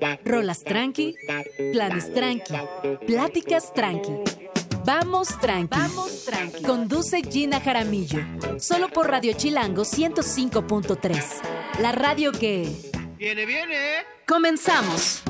Rolas tranqui, planes tranqui, pláticas tranqui. Vamos tranqui. Vamos tranqui. Conduce Gina Jaramillo. Solo por Radio Chilango 105.3. La radio que... ¡Viene! ¡Comenzamos!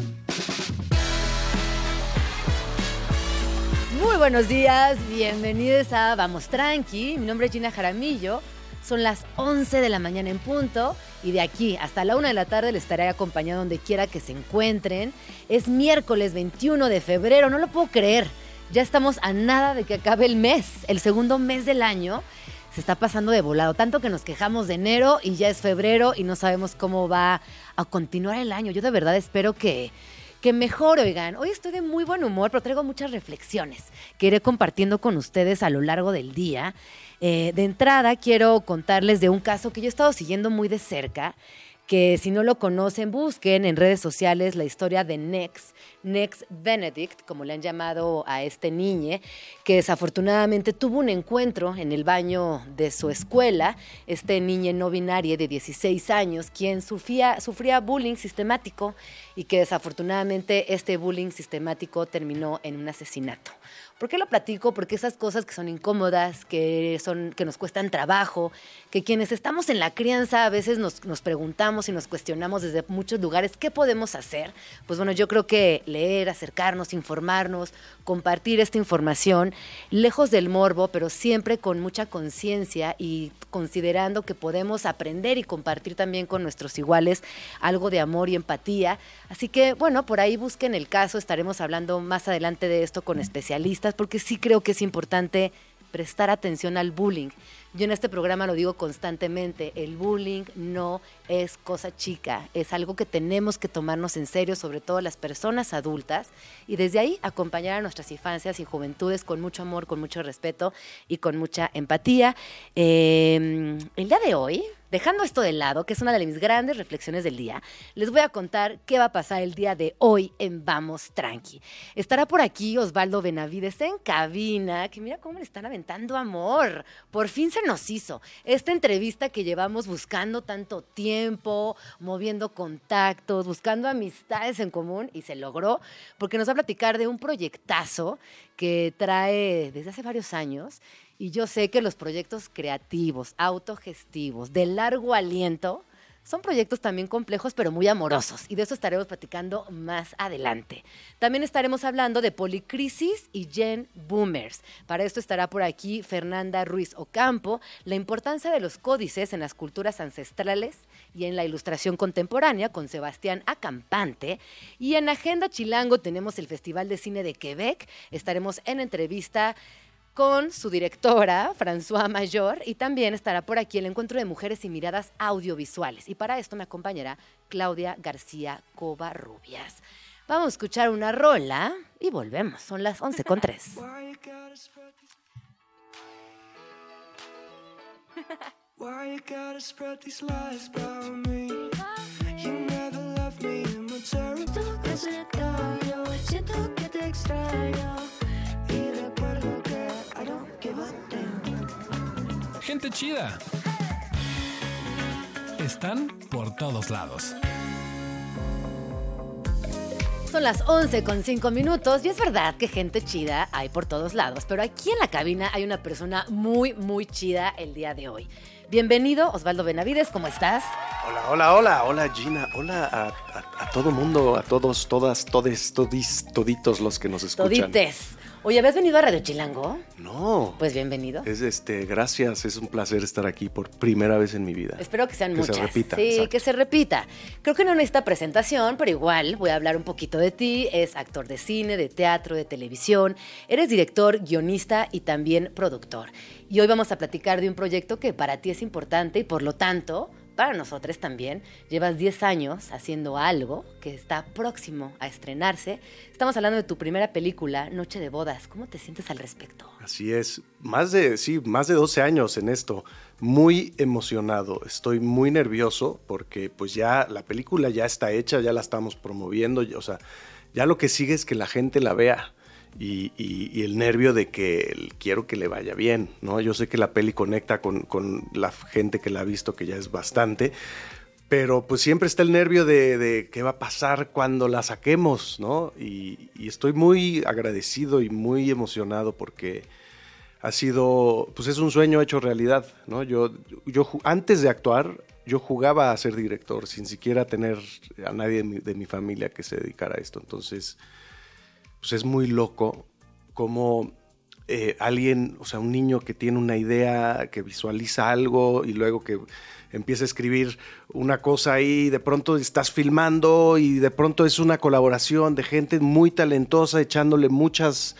Muy buenos días, bienvenidos a Vamos Tranqui. Mi nombre es Gina Jaramillo. Son las 11 de la mañana en punto y de aquí hasta la 1 de la tarde les estaré acompañando donde quiera que se encuentren. Es miércoles 21 de febrero, no lo puedo creer. Ya estamos a nada de que acabe el mes, el segundo mes del año. Se está pasando de volado, tanto que nos quejamos de enero y ya es febrero y no sabemos cómo va a continuar el año. Yo de verdad espero que mejor, oigan. Hoy estoy de muy buen humor, pero traigo muchas reflexiones que iré compartiendo con ustedes a lo largo del día. De entrada, quiero contarles de un caso que yo he estado siguiendo muy de cerca, que si no lo conocen, busquen en redes sociales la historia de Nex Benedict, como le han llamado a este niño, que desafortunadamente tuvo un encuentro en el baño de su escuela. Este niño no binario de 16 años, quien sufría bullying sistemático y que desafortunadamente este bullying sistemático terminó en un asesinato. ¿Por qué lo platico? Porque esas cosas que son incómodas, que nos cuestan trabajo, que quienes estamos en la crianza a veces nos preguntamos y nos cuestionamos desde muchos lugares, ¿qué podemos hacer? Pues bueno, yo creo que leer, acercarnos, informarnos, compartir esta información, lejos del morbo, pero siempre con mucha conciencia y considerando que podemos aprender y compartir también con nuestros iguales algo de amor y empatía. Así que, bueno, por ahí busquen el caso, estaremos hablando más adelante de esto con especialistas, porque sí creo que es importante prestar atención al bullying. Yo en este programa lo digo constantemente, el bullying no es cosa chica, es algo que tenemos que tomarnos en serio, sobre todo las personas adultas, y desde ahí acompañar a nuestras infancias y juventudes con mucho amor, con mucho respeto y con mucha empatía. El día de hoy, dejando esto de lado, que es una de mis grandes reflexiones del día, les voy a contar qué va a pasar el día de hoy en Vamos Tranqui. Estará por aquí Osvaldo Benavides en cabina, que mira cómo le están aventando amor. Por fin se nos hizo esta entrevista que llevamos buscando tanto tiempo, moviendo contactos, buscando amistades en común, y se logró, porque nos va a platicar de un proyectazo que trae desde hace varios años. Y yo sé que los proyectos creativos, autogestivos, de largo aliento, son proyectos también complejos, pero muy amorosos. Y de eso estaremos platicando más adelante. También estaremos hablando de Policrisis y Gen Boomers. Para esto estará por aquí Fernanda Ruiz Ocampo, la importancia de los códices en las culturas ancestrales y en la ilustración contemporánea, con Sebastián Acampante. Y en Agenda Chilango tenemos el Festival de Cine de Quebec. Estaremos en entrevista con su directora, François Mayor, y también estará por aquí el Encuentro de Mujeres y Miradas Audiovisuales. Y para esto me acompañará Claudia García Covarrubias. Vamos a escuchar una rola y volvemos. Son las 11:03. Why you gotta spread these lies about me? You never loved me in my territory. Recetario, siento que te extraño y recuerdo que I don't give a damn. Gente chida. Están por todos lados. Son las 11:05 y es verdad que gente chida hay por todos lados, pero aquí en la cabina hay una persona muy, muy chida el día de hoy. Bienvenido, Osvaldo Benavides, ¿cómo estás? Hola Gina, hola a todo mundo, a todos, todas, toditos los que nos escuchan. Todites. Oye, ¿habías venido a Radio Chilango? No. Pues bienvenido. Gracias, es un placer estar aquí por primera vez en mi vida. Espero que sean muchas. Que se repita. Sí, exacto. que se repita. Creo que no necesita presentación, pero igual voy a hablar un poquito de ti. Es actor de cine, de teatro, de televisión. Eres director, guionista y también productor. Y hoy vamos a platicar de un proyecto que para ti es importante y por lo tanto, para nosotros también, llevas 10 años haciendo algo que está próximo a estrenarse. Estamos hablando de tu primera película, Noche de Bodas. ¿Cómo te sientes al respecto? Así es, más de 12 años en esto. Muy emocionado, estoy muy nervioso porque pues ya la película ya está hecha, ya la estamos promoviendo, o sea, ya lo que sigue es que la gente la vea. Y el nervio de que quiero que le vaya bien, ¿no? Yo sé que la peli conecta con la gente que la ha visto, que ya es bastante, Pero pues siempre está el nervio de qué va a pasar cuando la saquemos, ¿no? Y estoy muy agradecido y muy emocionado porque ha sido, pues es un sueño hecho realidad, ¿no? Yo antes de actuar, yo jugaba a ser director sin siquiera tener a nadie de mi familia que se dedicara a esto. Entonces, pues es muy loco cómo alguien, o sea, un niño que tiene una idea, que visualiza algo y luego que empieza a escribir una cosa ahí, de pronto estás filmando y de pronto es una colaboración de gente muy talentosa echándole muchas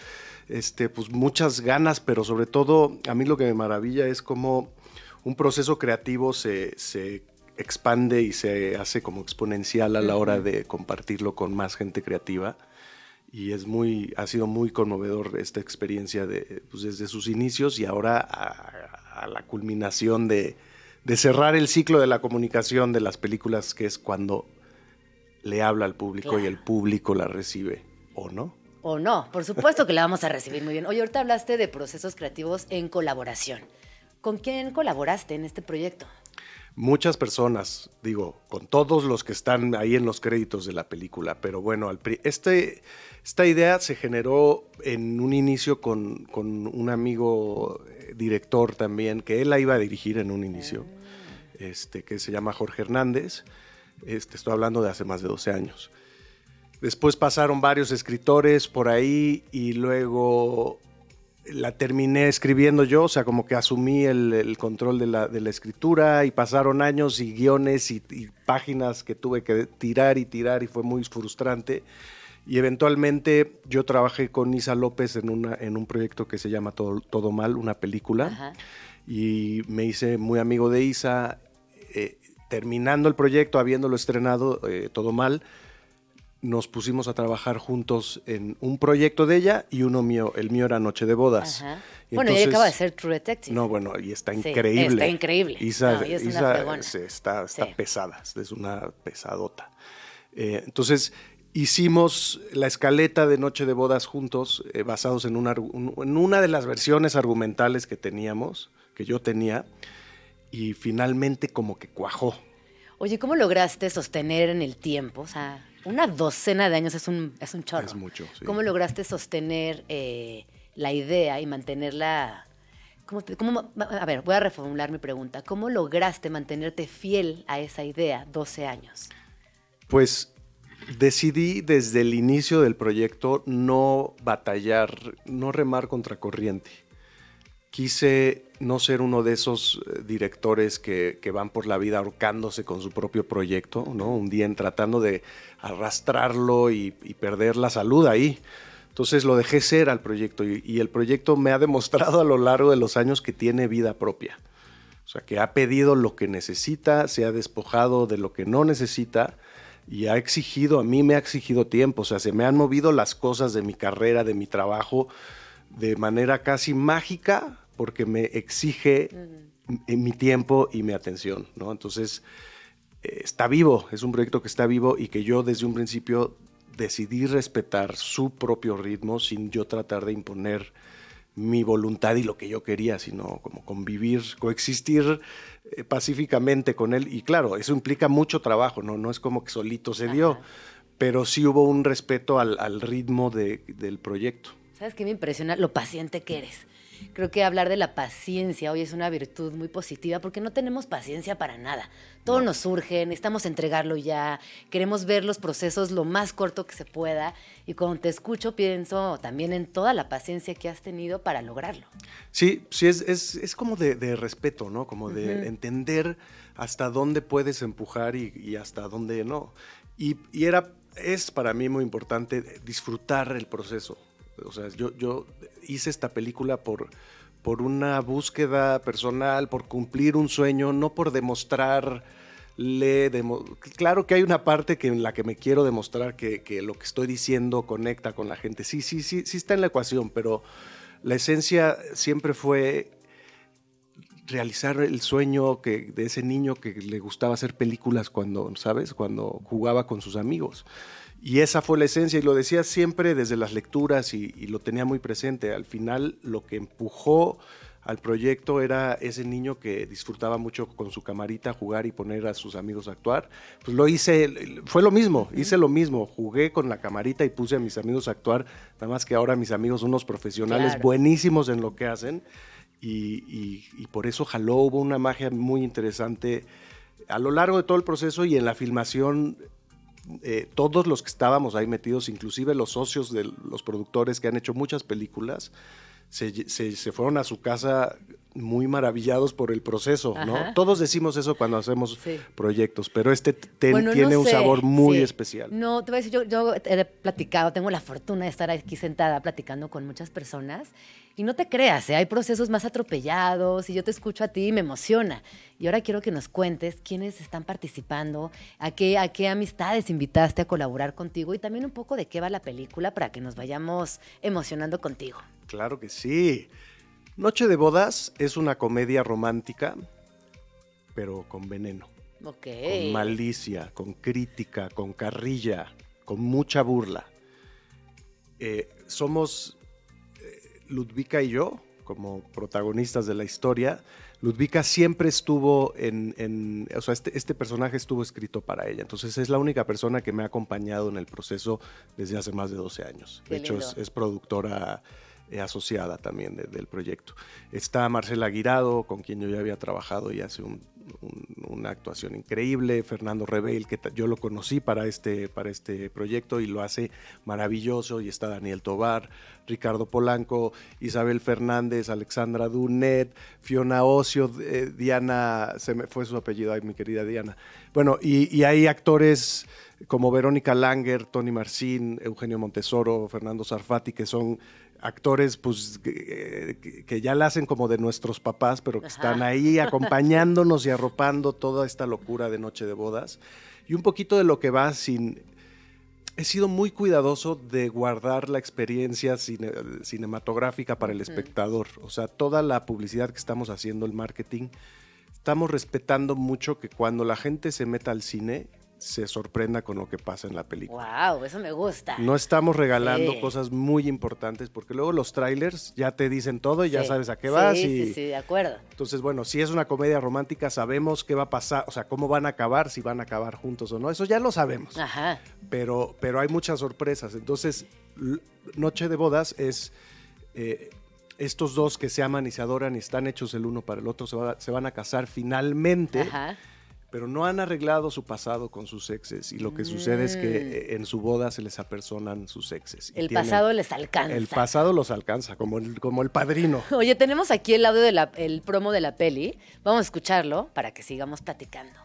ganas, pero sobre todo a mí lo que me maravilla es cómo un proceso creativo se expande y se hace como exponencial a la hora de compartirlo con más gente creativa. Y ha sido muy conmovedor esta experiencia desde sus inicios y ahora a la culminación de cerrar el ciclo de la comunicación de las películas, que es cuando le habla al público, claro, y el público la recibe, ¿o no? O no, por supuesto que la vamos a recibir muy bien. Oye, ahorita hablaste de procesos creativos en colaboración. ¿Con quién colaboraste en este proyecto? Muchas personas, digo, con todos los que están ahí en los créditos de la película, pero bueno, esta idea se generó en un inicio con un amigo director también, que él la iba a dirigir en un inicio, que se llama Jorge Hernández. Estoy hablando de hace más de 12 años. Después pasaron varios escritores por ahí y luego la terminé escribiendo yo, o sea, como que asumí el control de la escritura y pasaron años y guiones y páginas que tuve que tirar y fue muy frustrante. Y eventualmente yo trabajé con Isa López en un proyecto que se llama Todo Mal, una película. Ajá. Y me hice muy amigo de Isa. Terminando el proyecto, habiéndolo estrenado, Todo Mal, nos pusimos a trabajar juntos en un proyecto de ella y uno mío. El mío era Noche de Bodas. Ajá. Bueno, ella acaba de ser True Detective. No, bueno, y está increíble. Está increíble. Isa está pesada, es una pesadota. Entonces, hicimos la escaleta de Noche de Bodas juntos, basados en una de las versiones argumentales que yo tenía, y finalmente como que cuajó. Oye, ¿cómo lograste sostener en el tiempo? O sea, una docena de años es un chorro. Es mucho, sí. ¿Cómo lograste sostener la idea y mantenerla? A ver, voy a reformular mi pregunta. ¿Cómo lograste mantenerte fiel a esa idea 12 años? Pues decidí desde el inicio del proyecto no batallar, no remar contra corriente. Quise no ser uno de esos directores que van por la vida ahorcándose con su propio proyecto, ¿no? Un día tratando de arrastrarlo y perder la salud ahí. Entonces lo dejé ser al proyecto y el proyecto me ha demostrado a lo largo de los años que tiene vida propia. O sea, que ha pedido lo que necesita, se ha despojado de lo que no necesita y a mí me ha exigido tiempo. O sea, se me han movido las cosas de mi carrera, de mi trabajo, de manera casi mágica, porque me exige mi tiempo y mi atención, ¿no? Entonces, está vivo, es un proyecto que está vivo y que yo desde un principio decidí respetar su propio ritmo sin yo tratar de imponer mi voluntad y lo que yo quería, sino como convivir, coexistir pacíficamente con él. Y claro, eso implica mucho trabajo, no es como que solito se dio, ajá, pero sí hubo un respeto al ritmo del proyecto. ¿Sabes qué me impresiona? Lo paciente que eres. Creo que hablar de la paciencia hoy es una virtud muy positiva porque no tenemos paciencia para nada. Todo nos surge, necesitamos entregarlo ya, queremos ver los procesos lo más corto que se pueda y cuando te escucho pienso también en toda la paciencia que has tenido para lograrlo. Sí, es como de respeto, ¿no? Como de entender hasta dónde puedes empujar y hasta dónde no. Es para mí muy importante disfrutar el proceso. O sea, yo hice esta película por una búsqueda personal, por cumplir un sueño, no por demostrarle. Claro que hay una parte en la que me quiero demostrar que lo que estoy diciendo conecta con la gente. Sí está en la ecuación, pero la esencia siempre fue realizar el sueño de ese niño que le gustaba hacer películas cuando jugaba con sus amigos. Y esa fue la esencia, y lo decía siempre desde las lecturas y lo tenía muy presente. Al final, lo que empujó al proyecto era ese niño que disfrutaba mucho con su camarita jugar y poner a sus amigos a actuar. Pues lo hice, fue lo mismo, hice lo mismo, jugué con la camarita y puse a mis amigos a actuar, nada más que ahora mis amigos son unos profesionales Claro. buenísimos en lo que hacen y por eso jaló, hubo una magia muy interesante a lo largo de todo el proceso y en la filmación. Todos los que estábamos ahí metidos, inclusive los socios de los productores que han hecho muchas películas, se fueron a su casa muy maravillados por el proceso, ¿no? Ajá. Todos decimos eso cuando hacemos Sí. proyectos, pero Bueno, tiene no un sé, sabor muy sí. especial. No, te voy a decir, yo he platicado, tengo la fortuna de estar aquí sentada platicando con muchas personas y no te creas, hay procesos más atropellados y yo te escucho a ti y me emociona. Y ahora quiero que nos cuentes quiénes están participando, a qué amistades invitaste a colaborar contigo y también un poco de qué va la película para que nos vayamos emocionando contigo. Claro que sí. Noche de Bodas es una comedia romántica, pero con veneno, Ok. con malicia, con crítica, con carrilla, con mucha burla. Somos Ludvika y yo, como protagonistas de la historia. Ludvika siempre estuvo o sea, este personaje estuvo escrito para ella. Entonces es la única persona que me ha acompañado en el proceso desde hace más de 12 años. Qué De hecho, lindo. es productora asociada también del proyecto. Está Marcela Guirado, con quien yo ya había trabajado y hace una actuación increíble. Fernando Rebel, que yo lo conocí para este proyecto y lo hace maravilloso. Y está Daniel Tobar, Ricardo Polanco, Isabel Fernández, Alexandra Dunet, Fiona Ocio, Diana, se me fue su apellido, ay, mi querida Diana. Bueno, y hay actores como Verónica Langer, Tony Marcín, Eugenio Montesoro, Fernando Sarfati, que son actores pues que ya la hacen como de nuestros papás, pero que están ahí acompañándonos y arropando toda esta locura de Noche de Bodas. Y un poquito de lo que va he sido muy cuidadoso de guardar la experiencia cinematográfica para el espectador. O sea, toda la publicidad que estamos haciendo, el marketing, estamos respetando mucho que cuando la gente se meta al cine se sorprenda con lo que pasa en la película. Wow, eso me gusta. No estamos regalando Sí. cosas muy importantes porque luego los trailers ya te dicen todo y ya Sí. sabes a qué vas. Sí, de acuerdo. Entonces, bueno, si es una comedia romántica, sabemos qué va a pasar, o sea, cómo van a acabar, si van a acabar juntos o no. Eso ya lo sabemos. Ajá. Pero hay muchas sorpresas. Entonces, Noche de Bodas es estos dos que se aman y se adoran y están hechos el uno para el otro, se van a casar finalmente. Ajá. Pero no han arreglado su pasado con sus exes y lo que sucede es que en su boda se les apersonan sus exes. Y El pasado les alcanza. El pasado los alcanza, como el padrino. Oye, tenemos aquí el audio el promo de la peli. Vamos a escucharlo para que sigamos platicando.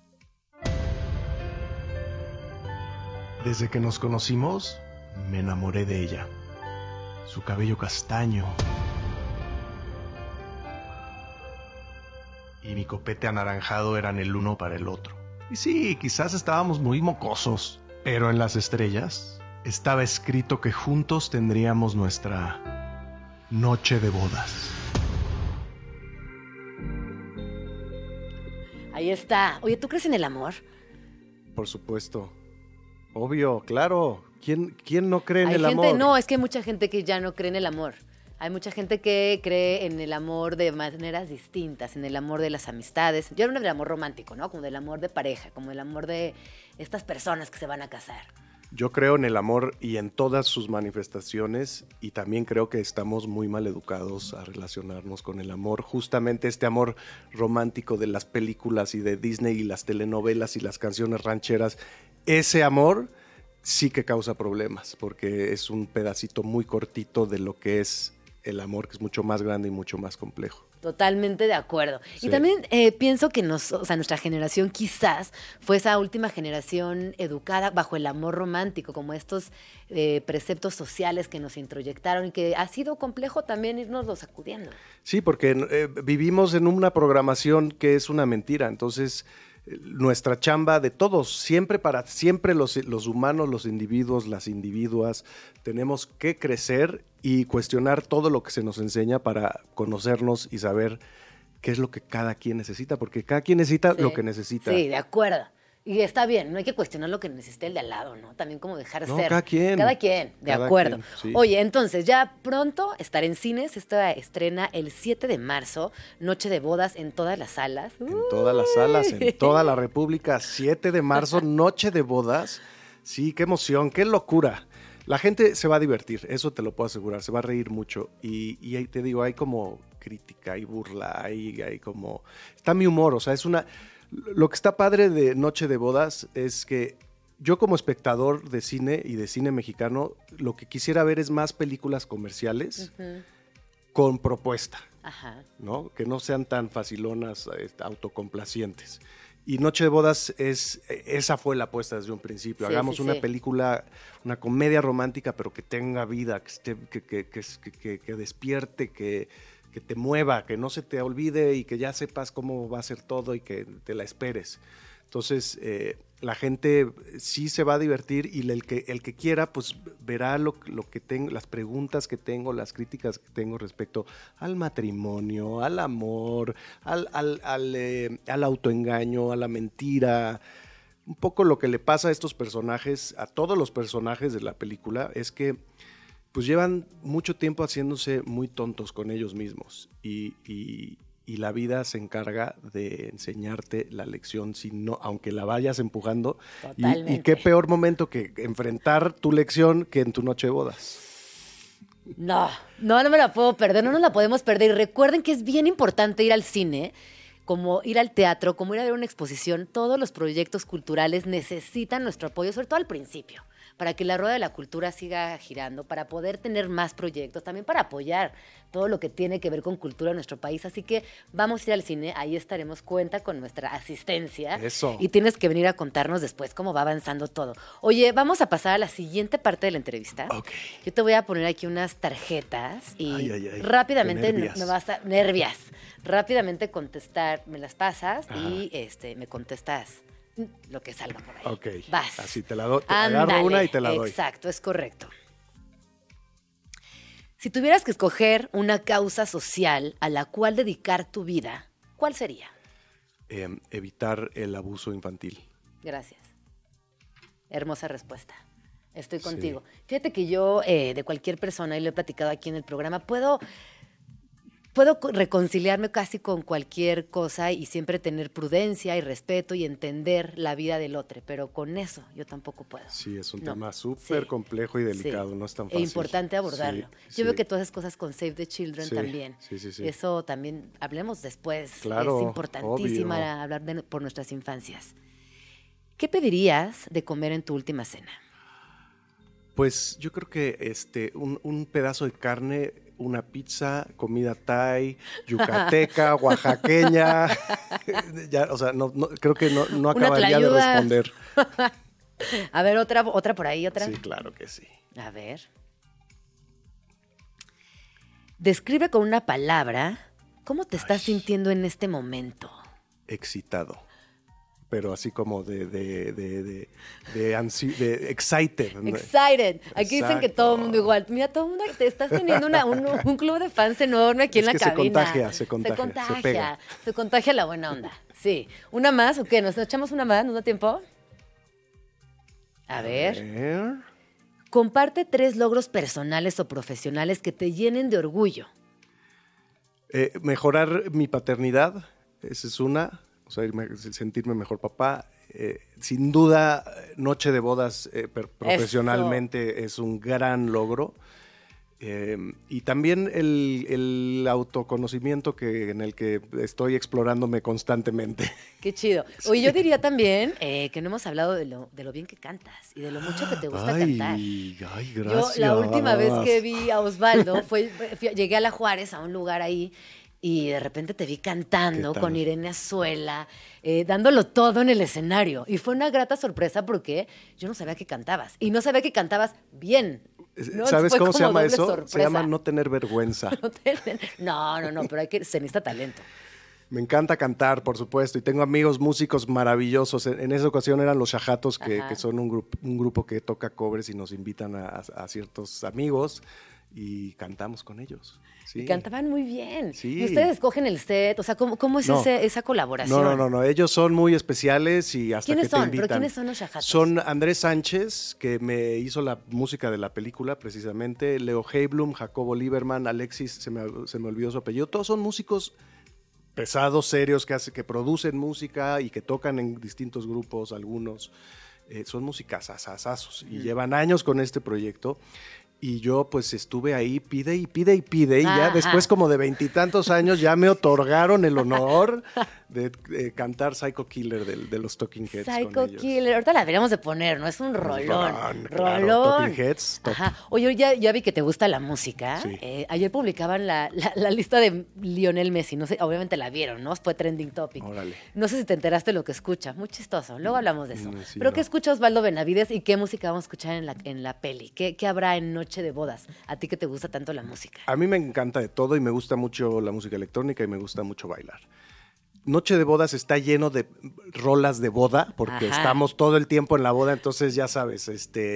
Desde que nos conocimos, me enamoré de ella. Su cabello castaño y mi copete anaranjado eran el uno para el otro. Y sí, quizás estábamos muy mocosos, pero en las estrellas estaba escrito que juntos tendríamos nuestra noche de bodas. Ahí está. Oye, ¿tú crees en el amor? Por supuesto. Obvio, claro. ¿Quién no cree en Hay el gente, amor? no, es que hay mucha gente que ya no cree en el amor. Hay mucha gente que cree en el amor de maneras distintas, en el amor de las amistades. Yo hablo del amor romántico, ¿no? Como del amor de pareja, como del amor de estas personas que se van a casar. Yo creo en el amor y en todas sus manifestaciones y también creo que estamos muy mal educados a relacionarnos con el amor. Justamente este amor romántico de las películas y de Disney y las telenovelas y las canciones rancheras, ese amor sí que causa problemas porque es un pedacito muy cortito de lo que es el amor, que es mucho más grande y mucho más complejo. Totalmente de acuerdo. Sí. Y también pienso que nuestra generación quizás fue esa última generación educada bajo el amor romántico, como estos preceptos sociales que nos introyectaron y que ha sido complejo también irnos sacudiendo. Sí, porque vivimos en una programación que es una mentira, entonces nuestra chamba de todos, siempre los humanos, los individuos, las individuas, tenemos que crecer y cuestionar todo lo que se nos enseña para conocernos y saber qué es lo que cada quien necesita, porque cada quien necesita Sí. lo que necesita. Sí, de acuerdo. Y está bien, no hay que cuestionar lo que necesite el de al lado, ¿no? También como dejar No, ser. cada quien. Cada quien, de Cada acuerdo. quien, sí. Oye, entonces, ya pronto estará en cines. Esto estrena el 7 de marzo, Noche de Bodas en todas las salas. En todas las salas, en toda la República, 7 de marzo, Noche de Bodas. Sí, qué emoción, qué locura. La gente se va a divertir, eso te lo puedo asegurar, se va a reír mucho. Y ahí te digo, hay como crítica, hay burla, hay como... Está mi humor, o sea, es una... Lo que está padre de Noche de Bodas es que yo como espectador de cine y de cine mexicano, lo que quisiera ver es más películas comerciales con propuesta, Ajá. ¿no? Que no sean tan facilonas, autocomplacientes. Y Noche de Bodas esa fue la apuesta desde un principio. Sí, Hagamos sí, una sí. película, una comedia romántica, pero que tenga vida, que despierte, que te mueva, que no se te olvide y que ya sepas cómo va a ser todo y que te la esperes. Entonces, la gente sí se va a divertir y el que quiera, pues verá lo que tengo, las preguntas que tengo, las críticas que tengo respecto al matrimonio, al amor, al autoengaño, a la mentira. Un poco lo que le pasa a estos personajes, a todos los personajes de la película, es que pues llevan mucho tiempo haciéndose muy tontos con ellos mismos y la vida se encarga de enseñarte la lección, si no, aunque la vayas empujando. Totalmente. Y qué peor momento que enfrentar tu lección que en tu noche de bodas. No me la puedo perder, no nos la podemos perder. Y recuerden que es bien importante ir al cine, como ir al teatro, como ir a ver una exposición. Todos los proyectos culturales necesitan nuestro apoyo, sobre todo al principio, para que la rueda de la cultura siga girando, para poder tener más proyectos, también para apoyar todo lo que tiene que ver con cultura en nuestro país. Así que vamos a ir al cine, ahí estaremos, cuenta con nuestra asistencia. Eso. Y tienes que venir a contarnos después cómo va avanzando todo. Oye, vamos a pasar a la siguiente parte de la entrevista. Ok. Yo te voy a poner aquí unas tarjetas y Ay, rápidamente qué nervias. me vas a... Nervias. Rápidamente contestar, me las pasas y me contestas lo que salga por ahí. Ok. Vas. Así te la doy. Te agarro una y te la doy. Exacto, es correcto. Si tuvieras que escoger una causa social a la cual dedicar tu vida, ¿cuál sería? Evitar el abuso infantil. Gracias. Hermosa respuesta. Estoy Sí. contigo. Fíjate que yo, de cualquier persona, y lo he platicado aquí en el programa, puedo reconciliarme casi con cualquier cosa y siempre tener prudencia y respeto y entender la vida del otro, pero con eso yo tampoco puedo. Sí, es un No. tema súper Sí. complejo y delicado, Sí. no es tan E fácil. importante abordarlo. Sí, Yo veo sí. que tú haces cosas con Save the Children Sí, también. sí, sí, sí. Eso también, hablemos después. Claro, es importantísimo obvio. hablar por nuestras infancias. ¿Qué pedirías de comer en tu última cena? Pues yo creo que un pedazo de carne, una pizza, comida thai, yucateca, oaxaqueña. Ya, o sea, creo que no acabaría de tlayuda. responder. A ver, otra por ahí, otra. Sí, claro que sí. A ver. Describe con una palabra cómo te estás sintiendo en este momento. Excitado. Pero así como de excited. ¿no? Excited. Aquí dicen que Exacto. todo el mundo igual. Mira, todo el mundo, te estás teniendo un club de fans enorme aquí Es en la que se cabina. contagia, se pega. Se contagia la buena onda. Sí. ¿Una más o qué? ¿Nos echamos una más? ¿Nos da tiempo? A ver. Comparte 3 logros personales o profesionales que te llenen de orgullo. Mejorar mi paternidad, esa es una. O sea, sentirme mejor papá. Sin duda, Noche de Bodas profesionalmente es un gran logro. Y también el autoconocimiento en el que estoy explorándome constantemente. Qué chido. Oye, yo diría también que no hemos hablado de lo bien que cantas y de lo mucho que te gusta cantar. Ay, Yo gracias. la última vez que vi a Osvaldo llegué a La Juárez, a un lugar ahí, y de repente te vi cantando ¿Qué tal? con Irene Azuela, dándolo todo en el escenario. Y fue una grata sorpresa porque yo no sabía que cantabas. Y no sabía que cantabas bien. ¿no? ¿Sabes Fue cómo se como llama doble eso? sorpresa. Se llama no tener vergüenza. No, pero se necesita talento. Me encanta cantar, por supuesto, y tengo amigos músicos maravillosos. En esa ocasión eran los Shajatos, que son un grupo que toca covers y nos invitan a ciertos amigos. y cantamos con ellos. Sí. Y cantaban muy bien. Sí. Y ustedes escogen el set, o sea, ¿cómo es No. esa colaboración? No, ellos son muy especiales y hasta ¿Quiénes que te son? invitan. ¿Pero quiénes son los Shahatas? Son Andrés Sánchez, que me hizo la música de la película precisamente, Leo Heiblum, Jacobo Lieberman, Alexis, se me olvidó su apellido, todos son músicos pesados, serios, que producen música y que tocan en distintos grupos, algunos son músicas asazazos y llevan años con este proyecto. Y yo pues estuve ahí, pide y ya después como de 20 y tantos años ya me otorgaron el honor de cantar Psycho Killer de los Talking Heads Psycho con ellos. Killer, ahorita la deberíamos de poner, ¿no? Es un rolón. Claro, Talking Heads, top. Ajá. Oye, ya vi que te gusta la música. Sí. Ayer publicaban la lista de Lionel Messi, no sé, obviamente la vieron, ¿no? Fue trending topic. Órale. No sé si te enteraste de lo que escucha, muy chistoso, luego hablamos de eso. Sí, Pero no. ¿qué escucha Osvaldo Benavides y qué música vamos a escuchar en la peli? ¿Qué habrá en Noche de Bodas? A ti que te gusta tanto la música. A mí me encanta de todo y me gusta mucho la música electrónica y me gusta mucho bailar. Noche de Bodas está lleno de rolas de boda porque Ajá. estamos todo el tiempo en la boda, entonces ya sabes,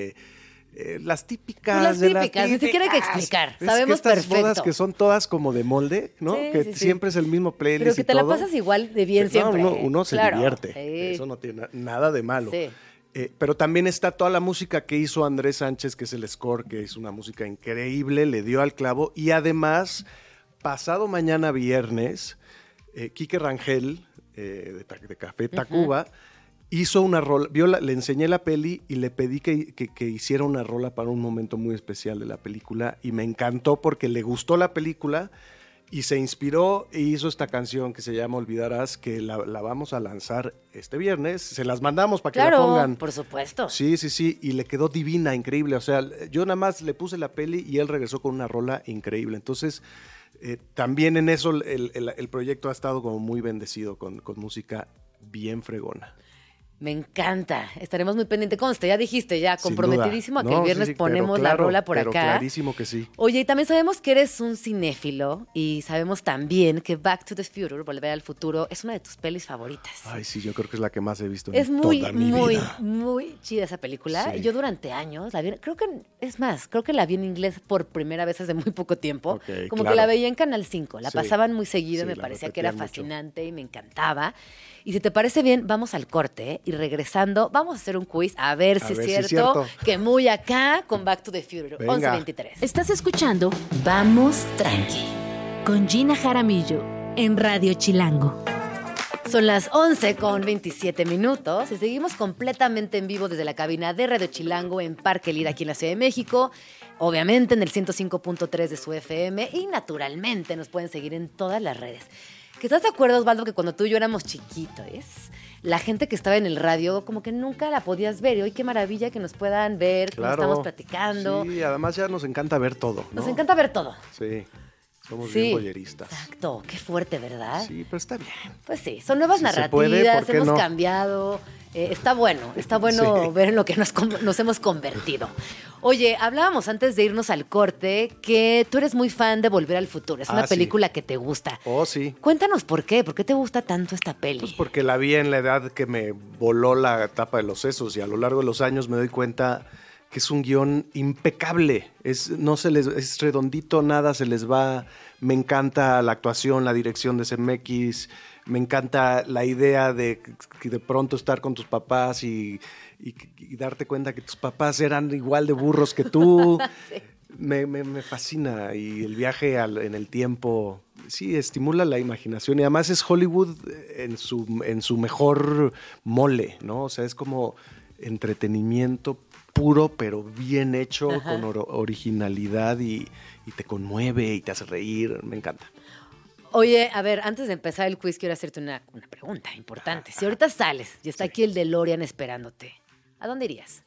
las típicas Pues las de las típicas, ni siquiera hay que explicar, Es sabemos que estas perfecto. bodas que son todas como de molde, ¿no? Sí, que sí, sí. siempre es el mismo playlist Pero que y te la todo. pasas igual de bien Pero siempre. uno se Claro, divierte, sí. eso no tiene nada de malo. Sí. Pero también está toda la música que hizo Andrés Sánchez, que es el score, que es una música increíble, le dio al clavo. Y además, pasado mañana viernes, Quique Rangel, de Café Tacuba, hizo una rola, le enseñé la peli y le pedí que hiciera una rola para un momento muy especial de la película. Y me encantó porque le gustó la película y se inspiró e hizo esta canción que se llama Olvidarás, que la vamos a lanzar este viernes. Se las mandamos para que la pongan. Claro, por supuesto. Sí, y le quedó divina, increíble. O sea, yo nada más le puse la peli y él regresó con una rola increíble. Entonces, también en eso el proyecto ha estado como muy bendecido con música bien fregona. Me encanta. Estaremos muy pendientes. Conste, ya dijiste, ya Sin comprometidísimo a que duda. el No, viernes sí, ponemos pero la claro, rola por pero acá. Clarísimo que sí. Oye, y también sabemos que eres un cinéfilo y sabemos también que Back to the Future, Volver al Futuro, es una de tus pelis favoritas. Ay, sí, yo creo que es la que más he visto Es en muy, toda mi muy, vida. muy chida esa película. Sí. Yo durante años la vi, creo que la vi en inglés por primera vez hace muy poco tiempo. Ok, Como claro. que la veía en Canal 5, la Sí. pasaban muy seguido, Sí, me la parecía que era repetían mucho. fascinante y me encantaba. Y si te parece bien, vamos al corte y regresando, vamos a hacer un quiz a ver si es ver si es cierto cierto. que muy acá con Back to the Future, Venga. 11:23. Estás escuchando Vamos Tranqui con Gina Jaramillo en Radio Chilango. Son las 11:27 y seguimos completamente en vivo desde la cabina de Radio Chilango en Parque Lira, aquí en la Ciudad de México. Obviamente en el 105.3 de su FM y naturalmente nos pueden seguir en todas las redes. ¿Que estás de acuerdo, Osvaldo, que cuando tú y yo éramos chiquitos, la gente que estaba en el radio como que nunca la podías ver? Y hoy qué maravilla que nos puedan ver, que nos estamos platicando. Sí, además ya nos encanta ver todo, ¿no? Nos encanta ver todo. Sí, somos Sí. bien boyeristas. Exacto, qué fuerte, ¿verdad? Sí, pero está bien. Pues sí, son nuevas Si se narrativas, puede, ¿por qué hemos no? cambiado. Está bueno Sí. ver en lo que nos hemos convertido. Oye, hablábamos antes de irnos al corte que tú eres muy fan de Volver al Futuro. Es una Sí. película que te gusta. Oh, sí. Cuéntanos por qué te gusta tanto esta peli. Pues porque la vi en la edad que me voló la tapa de los sesos y a lo largo de los años me doy cuenta que es un guión impecable. Es redondito, nada se les va. Me encanta la actuación, la dirección de CMX. Me encanta la idea de pronto estar con tus papás y darte cuenta que tus papás eran igual de burros que tú. Sí. Me fascina y el viaje en el tiempo, sí, estimula la imaginación y además es Hollywood en su mejor mole, ¿no? O sea, es como entretenimiento puro, pero bien hecho, Ajá. con originalidad y te conmueve y te hace reír, me encanta. Oye, a ver, antes de empezar el quiz quiero hacerte una pregunta importante. Si ahorita sales y está aquí el DeLorean esperándote, ¿a dónde irías?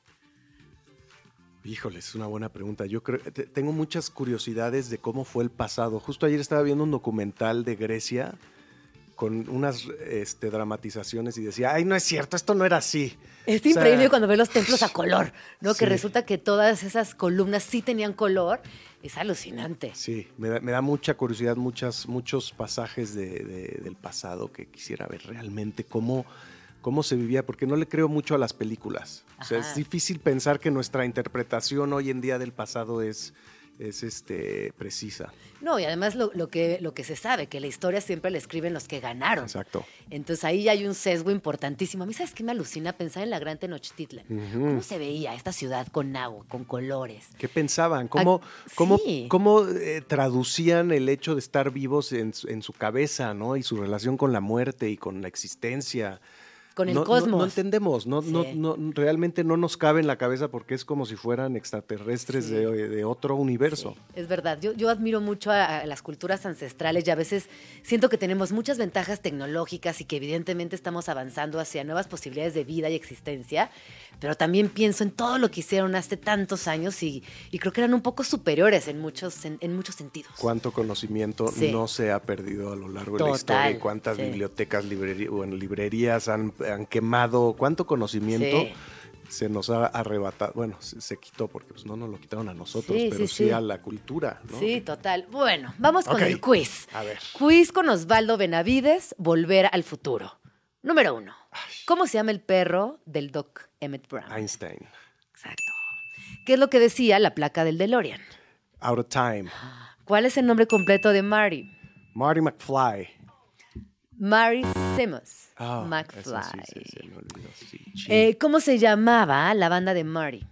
Híjole, es una buena pregunta. Yo creo, tengo muchas curiosidades de cómo fue el pasado. Justo ayer estaba viendo un documental de Grecia con unas dramatizaciones y decía, ay, no es cierto, esto no era así. Es O sea, increíble cuando ves los templos a color, ¿no? Sí. Que resulta que todas esas columnas sí tenían color. Es alucinante. Sí, me da mucha curiosidad, muchos pasajes del pasado que quisiera ver realmente cómo se vivía, porque no le creo mucho a las películas. O sea, Ajá. es difícil pensar que nuestra interpretación hoy en día del pasado es precisa. No, y además lo que se sabe, que la historia siempre la escriben los que ganaron. Exacto. Entonces ahí hay un sesgo importantísimo. A mí, ¿sabes qué me alucina? Pensar en la Gran Tenochtitlan. ¿Cómo se veía esta ciudad con agua, con colores? ¿Qué pensaban? ¿Cómo sí. traducían el hecho de estar vivos en su cabeza, ¿no? Y su relación con la muerte y con la existencia. Con el cosmos. No entendemos, Sí. realmente no nos cabe en la cabeza porque es como si fueran extraterrestres Sí. de otro universo. Sí, es verdad. Yo admiro mucho a las culturas ancestrales y a veces siento que tenemos muchas ventajas tecnológicas y que evidentemente estamos avanzando hacia nuevas posibilidades de vida y existencia, pero también pienso en todo lo que hicieron hace tantos años y creo que eran un poco superiores en muchos sentidos. Cuánto conocimiento Sí. no se ha perdido a lo largo de la Total, historia y cuántas sí. bibliotecas, librerías han quemado, cuánto conocimiento Sí. se nos ha arrebatado. Bueno, se quitó porque pues, no nos lo quitaron a nosotros, Sí, pero sí, sí sí. a la cultura, ¿no? Sí, total. Bueno, vamos con Ok. el quiz. A ver. Quiz con Osvaldo Benavides, Volver al futuro. Número 1. ¿Cómo se llama el perro del Doc Emmett Brown? Einstein. Exacto. ¿Qué es lo que decía la placa del DeLorean? Out of Time. ¿Cuál es el nombre completo de Marty? Marty McFly. Mary Simmons Ah, McFly. eso sí, se me olvidó, sí. ¿Cómo se llamaba la banda de Marty?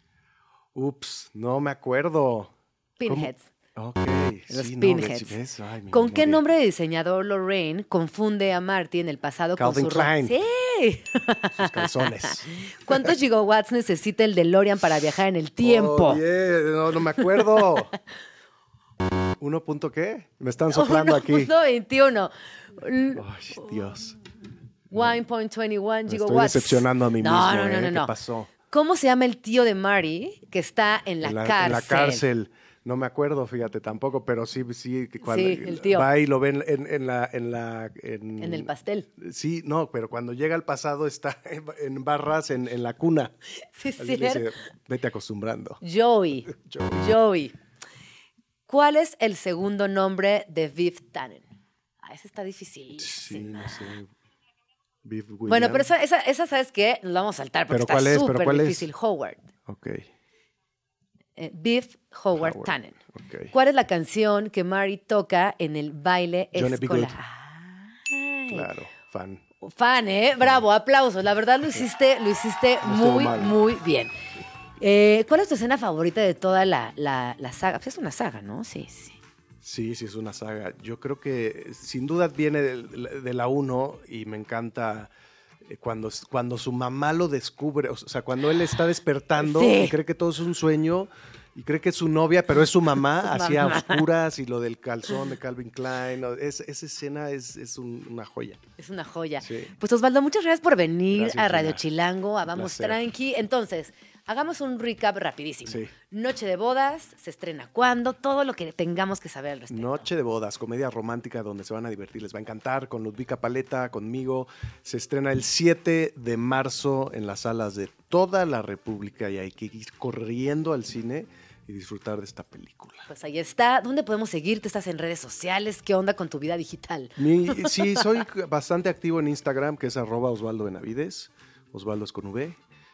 Ups, no me acuerdo. Pinheads. Ok, Los sí, Pinheads. No, ¿ves? Ay, mi ¿Con qué memoria. nombre de diseñador Lorraine confunde a Marty en el pasado Calvin con su Klein. Sí. Sus calzones. ¿Cuántos gigawatts necesita el DeLorean para viajar en el tiempo? Oh, yeah, no me acuerdo. ¿1 punto qué? Me están soplando aquí. 1.21. Ay, Dios. 1.21 Me estoy gigawatts. decepcionando a mí mismo. No. ¿Qué pasó? ¿Cómo se llama el tío de Marty que está en la cárcel? En la cárcel. No me acuerdo, fíjate, tampoco, pero sí. Que cuando Sí, el tío. Va y lo ven en En el pastel. Sí, no, pero cuando llega al pasado está en barras en la cuna. Sí, Así le cierto. dice, vete acostumbrando. Joey. Joey. Joey. ¿Cuál es el segundo nombre de Viv Tannen? Ese está difícil. Sí, no sé. Beef William. Bueno, pero esa, ¿sabes qué? Nos la vamos a saltar porque ¿Pero cuál está es? ¿Pero súper cuál es? difícil. Howard. Ok. Viv Howard Tannen. Ok. ¿Cuál es la canción que Mary toca en el baile Johnny B. escolar? Good. Ay. Claro, fan. Fan, ¿eh? Bravo, aplausos. La verdad lo hiciste No estuvo muy, mal. muy bien. ¿Cuál es tu escena favorita de toda la saga? Pues es una saga, ¿no? Sí. Sí, es una saga. Yo creo que sin duda viene de la 1 y me encanta cuando su mamá lo descubre, o sea, cuando él está despertando Sí. y cree que todo es un sueño y cree que es su novia, pero es su mamá, Su así a mamá. oscuras y lo del calzón de Calvin Klein. Esa escena es una joya. Es una joya. Sí. Pues Osvaldo, muchas gracias por venir Gracias, a Radio Gina. Chilango, a Vamos placer. Tranqui. Entonces, hagamos un recap rapidísimo. Sí. Noche de bodas, se estrena cuándo, todo lo que tengamos que saber al respecto. Noche de bodas, comedia romántica donde se van a divertir, les va a encantar, con Ludvika Paleta, conmigo. Se estrena el 7 de marzo en las salas de toda la República y hay que ir corriendo al cine y disfrutar de esta película. Pues ahí está. ¿Dónde podemos seguirte? ¿Estás en redes sociales? ¿Qué onda con tu vida digital? Sí, soy bastante activo en Instagram, que es @Osvaldo Benavides. Osvaldo es con V.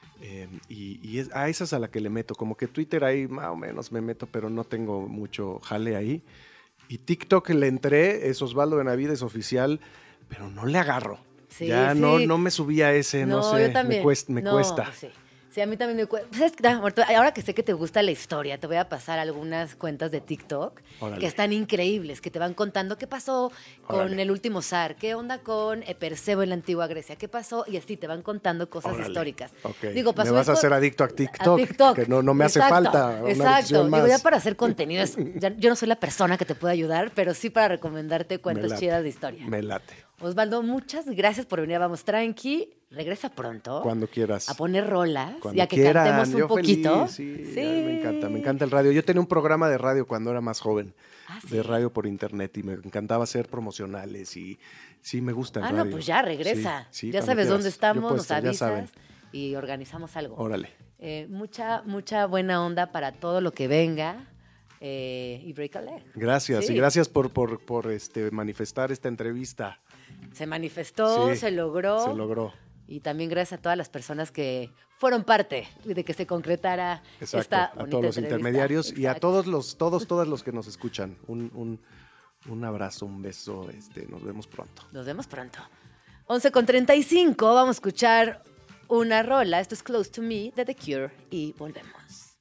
Y a esa es a la que le meto. Como que Twitter ahí más o menos me meto, pero no tengo mucho jale ahí. Y TikTok le entré, es Osvaldo Benavides oficial, pero no le agarro. Sí, ya sí. No me subí a ese, no sé. yo también. Me No, cuesta. Sí. Sí, a mí también me cuesta. Ahora que sé que te gusta la historia, te voy a pasar algunas cuentas de TikTok Órale. que están increíbles, que te van contando qué pasó con Órale. el último zar, qué onda con Perseo en la antigua Grecia, qué pasó, y así te van contando cosas Órale. históricas. Ok. Digo, Me pasó vas a esto- hacer adicto a TikTok, que no me hace Exacto, falta una Exacto. adicción Digo, ya más. para hacer contenido, yo no soy la persona que te puede ayudar, pero sí para recomendarte Me cuentas late, chidas de historia. Me late. Osvaldo, muchas gracias por venir a Vamos Tranqui. Regresa pronto. Cuando quieras. A poner rolas Cuando y a que quieran, cantemos un yo poquito. feliz, sí, me encanta el radio. Yo tenía un programa de radio cuando era más joven, ¿sí? de radio por internet, y me encantaba hacer promocionales y sí me gusta el radio. No, pues ya regresa. Sí, ya cuando sabes quieras. dónde Yo estamos, puesto, nos ya avisas saben. y organizamos algo. Órale. Mucha buena onda para todo lo que venga. Y break a leg. Gracias, Sí. y gracias por manifestar esta entrevista. Se manifestó, Sí, se logró. Se logró. Y también gracias a todas las personas que fueron parte de que se concretara Exacto, esta a bonita todos los entrevista. intermediarios y a Exacto. todos los que nos escuchan. Un abrazo, un beso, nos vemos pronto. Nos vemos pronto. 11:35, vamos a escuchar una rola. Esto es Close to Me de The Cure y volvemos.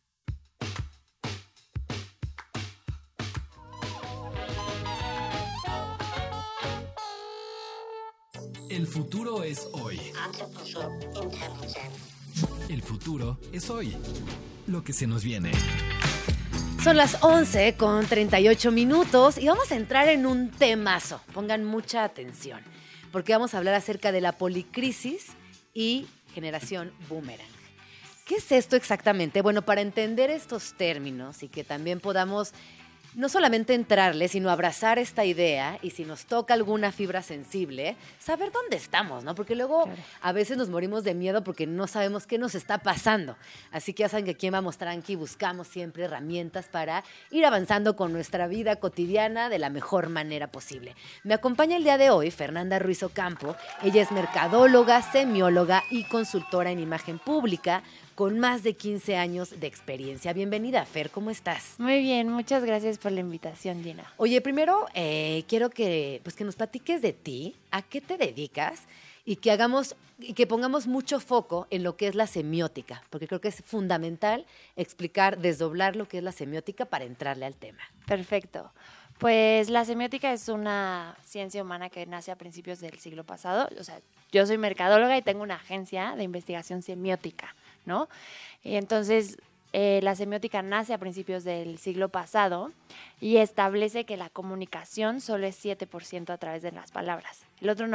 El futuro es hoy. El futuro es hoy. Lo que se nos viene. Son las 11:38 y vamos a entrar en un temazo. Pongan mucha atención, porque vamos a hablar acerca de la policrisis y generación boomerang. ¿Qué es esto exactamente? Bueno, para entender estos términos y que también podamos no solamente entrarle, sino abrazar esta idea y si nos toca alguna fibra sensible, saber dónde estamos, ¿no? Porque luego a veces nos morimos de miedo porque no sabemos qué nos está pasando. Así que ya saben que aquí en Vamos Tranqui buscamos siempre herramientas para ir avanzando con nuestra vida cotidiana de la mejor manera posible. Me acompaña el día de hoy Fernanda Ruiz Ocampo. Ella es mercadóloga, semióloga y consultora en imagen pública, con más de 15 años de experiencia. Bienvenida, Fer, ¿cómo estás? Muy bien, muchas gracias por la invitación, Gina. Oye, primero quiero que nos platiques de ti, a qué te dedicas y que pongamos mucho foco en lo que es la semiótica, porque creo que es fundamental explicar, desdoblar lo que es la semiótica para entrarle al tema. Perfecto. Pues la semiótica es una ciencia humana que nace a principios del siglo pasado. O sea, yo soy mercadóloga y tengo una agencia de investigación semiótica, ¿no? Y entonces, la semiótica nace a principios del siglo pasado y establece que la comunicación solo es 7% a través de las palabras. El otro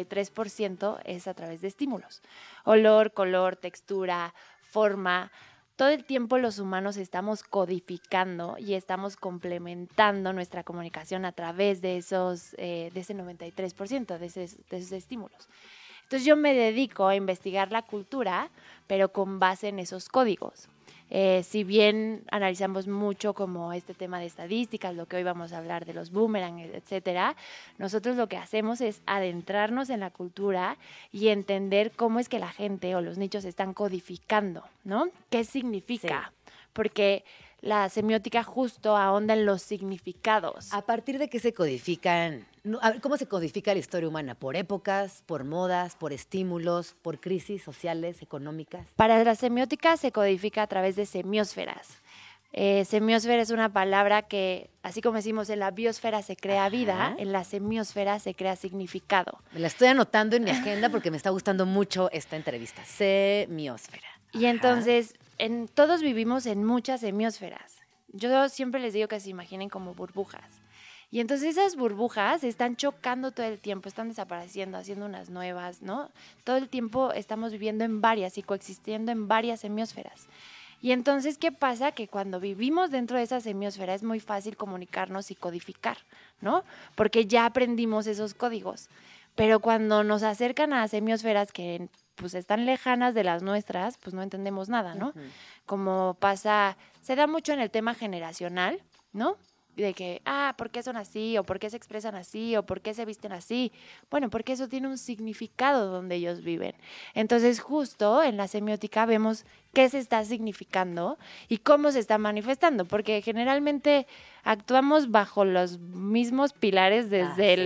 93% es a través de estímulos. Olor, color, textura, forma. Todo el tiempo los humanos estamos codificando y estamos complementando nuestra comunicación a través de de ese 93%, de esos estímulos. Entonces yo me dedico a investigar la cultura, pero con base en esos códigos. Si bien analizamos mucho como este tema de estadísticas, lo que hoy vamos a hablar de los boomerang, etcétera, nosotros lo que hacemos es adentrarnos en la cultura y entender cómo es que la gente o los nichos están codificando, ¿no? ¿Qué significa? Sí. Porque la semiótica justo ahonda en los significados. ¿A partir de qué se codifican? A ver, ¿cómo se codifica la historia humana? ¿Por épocas, por modas, por estímulos, por crisis sociales, económicas? Para la semiótica se codifica a través de semiósferas. Semiósfera es una palabra que, así como decimos, en la biosfera se crea vida, en la semiósfera se crea significado. Me la estoy anotando en mi agenda porque me está gustando mucho esta entrevista. Semiósfera. Y entonces, todos vivimos en muchas semiósferas. Yo siempre les digo que se imaginen como burbujas. Y entonces esas burbujas están chocando todo el tiempo, están desapareciendo, haciendo unas nuevas, ¿no? Todo el tiempo estamos viviendo en varias y coexistiendo en varias semiósferas. Y entonces, ¿qué pasa? Que cuando vivimos dentro de esa semiósfera es muy fácil comunicarnos y codificar, ¿no? Porque ya aprendimos esos códigos. Pero cuando nos acercan a semiósferas que pues están lejanas de las nuestras, pues no entendemos nada, ¿no? Uh-huh. Como pasa, se da mucho en el tema generacional, ¿no? De que, ¿por qué son así? O ¿por qué se expresan así? O ¿por qué se visten así? Bueno, porque eso tiene un significado donde ellos viven. Entonces, justo en la semiótica vemos qué se está significando y cómo se está manifestando, porque generalmente actuamos bajo los mismos pilares desde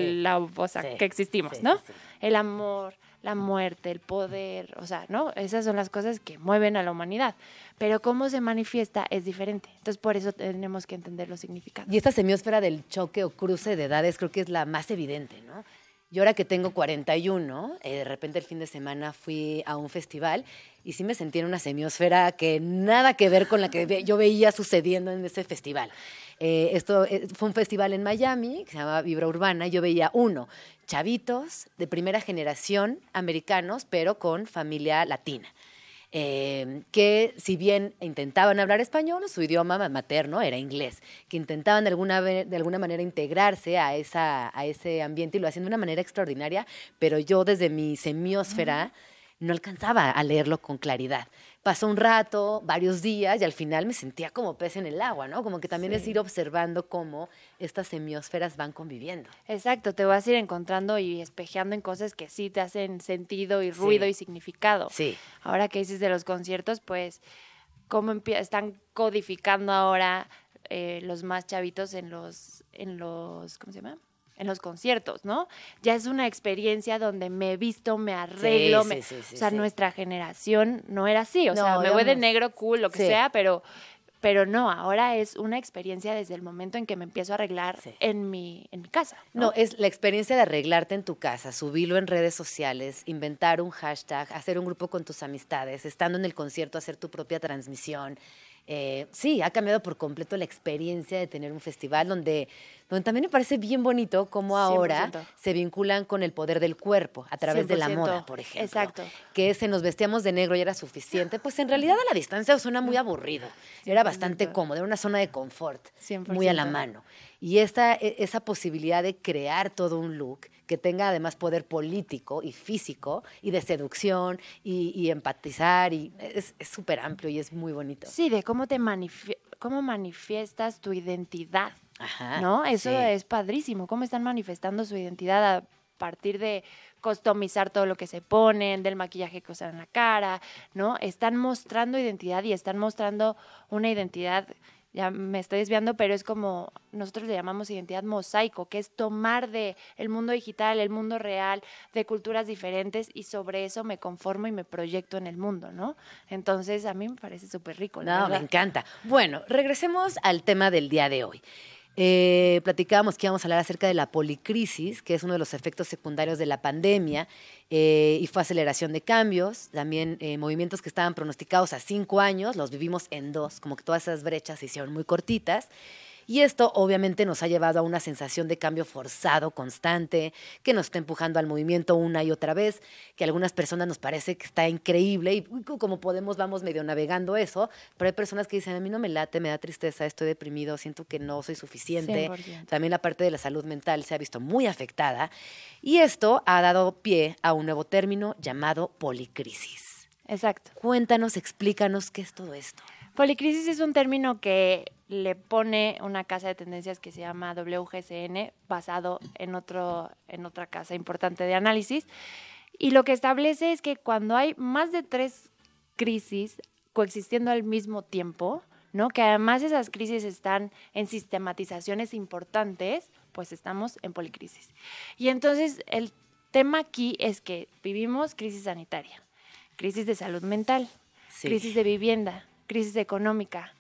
que existimos, ¿no? Sí. El amor, la muerte, el poder, o sea, ¿no? Esas son las cosas que mueven a la humanidad. Pero cómo se manifiesta es diferente. Entonces, por eso tenemos que entender los significados. Y esta semiósfera del choque o cruce de edades creo que es la más evidente, ¿no? Yo ahora que tengo 41, de repente el fin de semana fui a un festival y sí me sentí en una semiósfera que nada que ver con la que yo veía sucediendo en ese festival. Esto fue un festival en Miami que se llama Vibra Urbana. Yo veía chavitos de primera generación americanos, pero con familia latina. Que si bien intentaban hablar español, su idioma materno era inglés, que intentaban de alguna manera integrarse a ese ambiente y lo hacían de una manera extraordinaria, pero yo desde mi semiósfera no alcanzaba a leerlo con claridad. Pasó un rato, varios días, y al final me sentía como pez en el agua, ¿no? Como que también es ir observando cómo estas semiosferas van conviviendo. Exacto, te vas a ir encontrando y espejeando en cosas que sí te hacen sentido y ruido y significado. Sí. Ahora que dices de los conciertos, pues, cómo están codificando ahora los más chavitos en los, ¿cómo se llama? En los conciertos, ¿no? Ya es una experiencia donde me visto, me arreglo, o sea, nuestra generación no era así, o sea, me voy de negro, cool, lo que sea, pero no, ahora es una experiencia desde el momento en que me empiezo a arreglar en mi casa. No, es la experiencia de arreglarte en tu casa, subirlo en redes sociales, inventar un hashtag, hacer un grupo con tus amistades, estando en el concierto, hacer tu propia transmisión. Sí, ha cambiado por completo la experiencia de tener un festival donde también me parece bien bonito cómo ahora 100%. se vinculan con el poder del cuerpo a través de la 100%. moda, por ejemplo. Exacto. Que nos vestíamos de negro y era suficiente. Pues en realidad a la distancia suena muy aburrido. Era bastante cómodo, era una zona de confort, 100%. muy a la mano. Y esa posibilidad de crear todo un look que tenga además poder político y físico y de seducción y empatizar, y es súper amplio y es muy bonito. Sí, de cómo cómo manifiestas tu identidad, Ajá, ¿no? Eso sí. es padrísimo, cómo están manifestando su identidad a partir de customizar todo lo que se ponen, del maquillaje que usan en la cara, ¿no? Están mostrando identidad y están mostrando una identidad, ya me estoy desviando, pero es como nosotros le llamamos identidad mosaico, que es tomar de el mundo digital, el mundo real, de culturas diferentes, y sobre eso me conformo y me proyecto en el mundo, ¿no? Entonces, a mí me parece súper rico, la No, me verdad. encanta. Bueno, regresemos al tema del día de hoy. Platicábamos que íbamos a hablar acerca de la policrisis, que es uno de los efectos secundarios de la pandemia, y fue aceleración de cambios, también movimientos que estaban pronosticados a 5 años, los vivimos en 2, como que todas esas brechas se hicieron muy cortitas. Y esto obviamente nos ha llevado a una sensación de cambio forzado, constante, que nos está empujando al movimiento una y otra vez, que a algunas personas nos parece que está increíble y como podemos vamos medio navegando eso, pero hay personas que dicen, a mí no me late, me da tristeza, estoy deprimido, siento que no soy suficiente. 100%. También la parte de la salud mental se ha visto muy afectada y esto ha dado pie a un nuevo término llamado policrisis. Exacto. Cuéntanos, explícanos qué es todo esto. Policrisis es un término que le pone una casa de tendencias que se llama WGCN, basado en otra casa importante de análisis. Y lo que establece es que cuando hay más de 3 crisis coexistiendo al mismo tiempo, ¿no? Que además esas crisis están en sistematizaciones importantes, pues estamos en policrisis. Y entonces el tema aquí es que vivimos crisis sanitaria, crisis de salud mental, Sí. crisis de vivienda, crisis económica.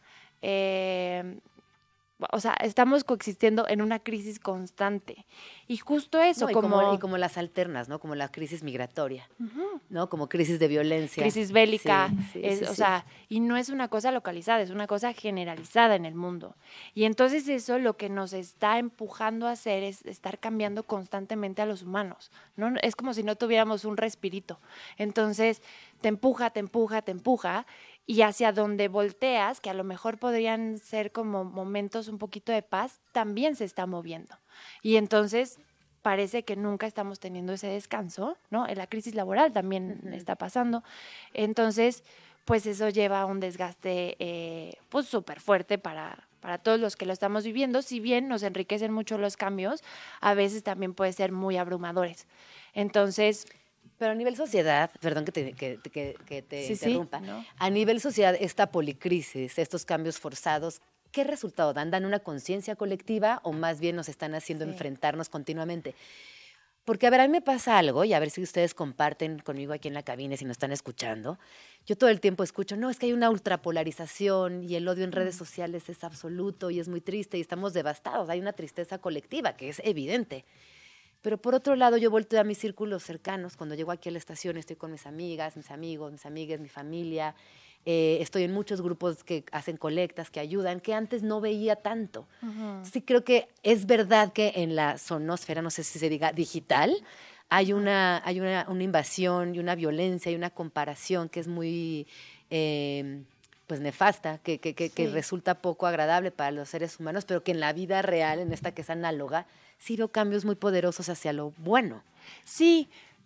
O sea, estamos coexistiendo en una crisis constante. Y justo eso, No, y como las alternas, ¿no? Como la crisis migratoria, ¿no? Como crisis de violencia. crisis bélica, Sí, o sí. sea, y no es una cosa localizada, es una cosa generalizada en el mundo. Y entonces eso lo que nos está empujando a hacer es estar cambiando constantemente a los humanos, ¿no? Es como si no tuviéramos un respirito. Entonces, te empuja, y hacia donde volteas, que a lo mejor podrían ser como momentos un poquito de paz, también se está moviendo. Y entonces parece que nunca estamos teniendo ese descanso, ¿no? En la crisis laboral también está pasando. Entonces, pues eso lleva a un desgaste pues súper fuerte para todos los que lo estamos viviendo. Si bien nos enriquecen mucho los cambios, a veces también puede ser muy abrumadores. Entonces, Pero a nivel sociedad, perdón que te Sí, sí, interrumpa, ¿no? a nivel sociedad, esta policrisis, estos cambios forzados, ¿qué resultado dan? ¿Dan una conciencia colectiva o más bien nos están haciendo Sí. enfrentarnos continuamente? Porque, a ver, a mí me pasa algo, y a ver si ustedes comparten conmigo aquí en la cabina, si nos están escuchando. Yo todo el tiempo escucho, no, es que hay una ultrapolarización y el odio en redes sociales es absoluto y es muy triste y estamos devastados. Hay una tristeza colectiva que es evidente. Pero por otro lado, yo volteo a mis círculos cercanos. Cuando llego aquí a la estación, estoy con mis amigas, mis amigos, mis amigas, mi familia. Estoy en muchos grupos que hacen colectas, que ayudan, que antes no veía tanto. Sí, creo que es verdad que en la zonosfera, no sé si se diga digital, hay una invasión y una violencia y una comparación que es muy pues nefasta, que Sí. resulta poco agradable para los seres humanos, pero que en la vida real, en esta que es análoga, sí veo cambios muy poderosos hacia lo bueno. sí,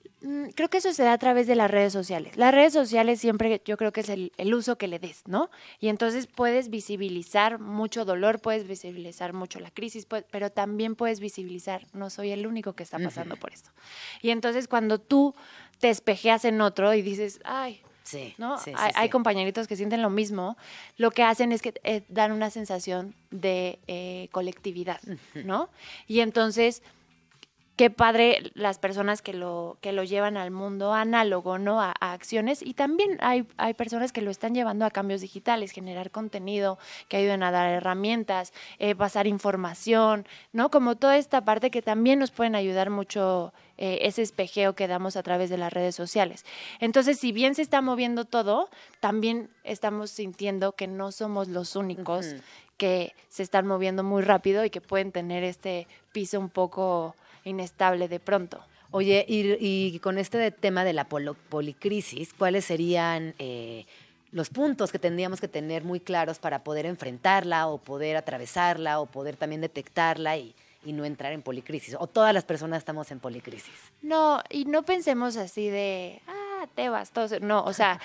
Creo que eso se da a través de las redes sociales. Las redes sociales siempre yo creo que es el uso que le des, ¿no? Y entonces puedes visibilizar mucho dolor, puedes visibilizar mucho la crisis, pero también puedes visibilizar, no soy el único que está pasando por esto. Y entonces cuando tú te espejeas en otro y dices, ay, Sí, ¿no? sí, Hay compañeritos que sienten lo mismo, lo que hacen es que dan una sensación de colectividad, ¿no? Y entonces, qué padre las personas que lo llevan al mundo análogo, ¿no? A acciones, y también hay personas que lo están llevando a cambios digitales, generar contenido, que ayuden a dar herramientas, pasar información, ¿no? Como toda esta parte que también nos pueden ayudar mucho ese espejeo que damos a través de las redes sociales. Entonces, si bien se está moviendo todo, también estamos sintiendo que no somos los únicos que se están moviendo muy rápido y que pueden tener este piso un poco inestable de pronto. Oye, y con este tema de la policrisis, ¿cuáles serían los puntos que tendríamos que tener muy claros para poder enfrentarla o poder atravesarla o poder también detectarla y no entrar en policrisis? ¿O todas las personas estamos en policrisis? No, y no pensemos así de, Tebas, todos. No, o sea,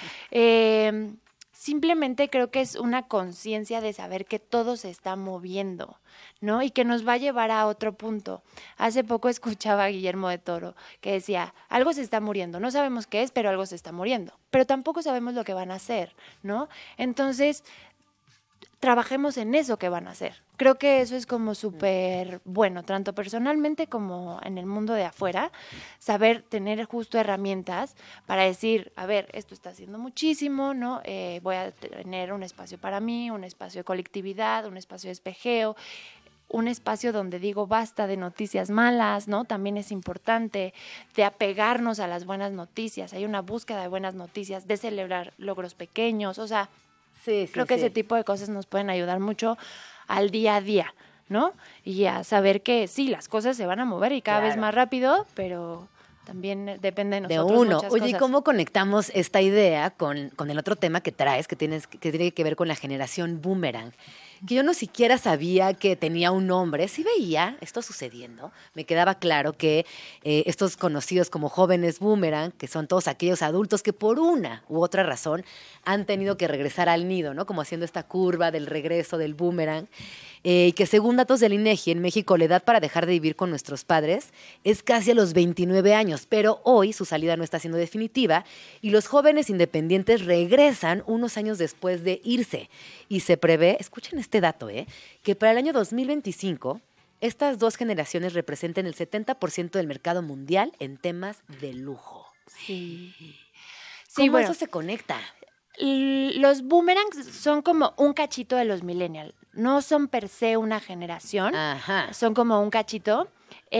simplemente creo que es una conciencia de saber que todo se está moviendo, ¿no? Y que nos va a llevar a otro punto. Hace poco escuchaba a Guillermo de Toro que decía, algo se está muriendo, no sabemos qué es, pero algo se está muriendo, pero tampoco sabemos lo que van a hacer, ¿no? Entonces, trabajemos en eso que van a hacer. Creo que eso es como súper bueno, tanto personalmente como en el mundo de afuera, saber tener justo herramientas para decir, a ver, esto está haciendo muchísimo, ¿no? Voy a tener un espacio para mí, un espacio de colectividad, un espacio de espejeo, un espacio donde digo basta de noticias malas, ¿no? También es importante de apegarnos a las buenas noticias. Hay una búsqueda de buenas noticias, de celebrar logros pequeños, o sea, creo que ese tipo de cosas nos pueden ayudar mucho al día a día, ¿no? Y a saber que sí, las cosas se van a mover y cada vez más rápido, pero también depende de nosotros. De uno. Muchas Oye, cosas. ¿y cómo conectamos esta idea con el otro tema que traes, que tiene que ver con la generación boomerang? Que yo no siquiera sabía que tenía un nombre. Sí veía esto sucediendo. Me quedaba claro que estos conocidos como jóvenes boomerang, que son todos aquellos adultos que por una u otra razón han tenido que regresar al nido, ¿no? Como haciendo esta curva del regreso del boomerang. Y que según datos del INEGI, en México la edad para dejar de vivir con nuestros padres es casi a los 29 años, pero hoy su salida no está siendo definitiva y los jóvenes independientes regresan unos años después de irse. Y se prevé, escuchen este dato, que para el año 2025 estas dos generaciones representen el 70% del mercado mundial en temas de lujo. Sí. ¿Cómo bueno, eso se conecta? Los boomerangs son como un cachito de los millennials. No son per se una generación, Ajá. son como un cachito.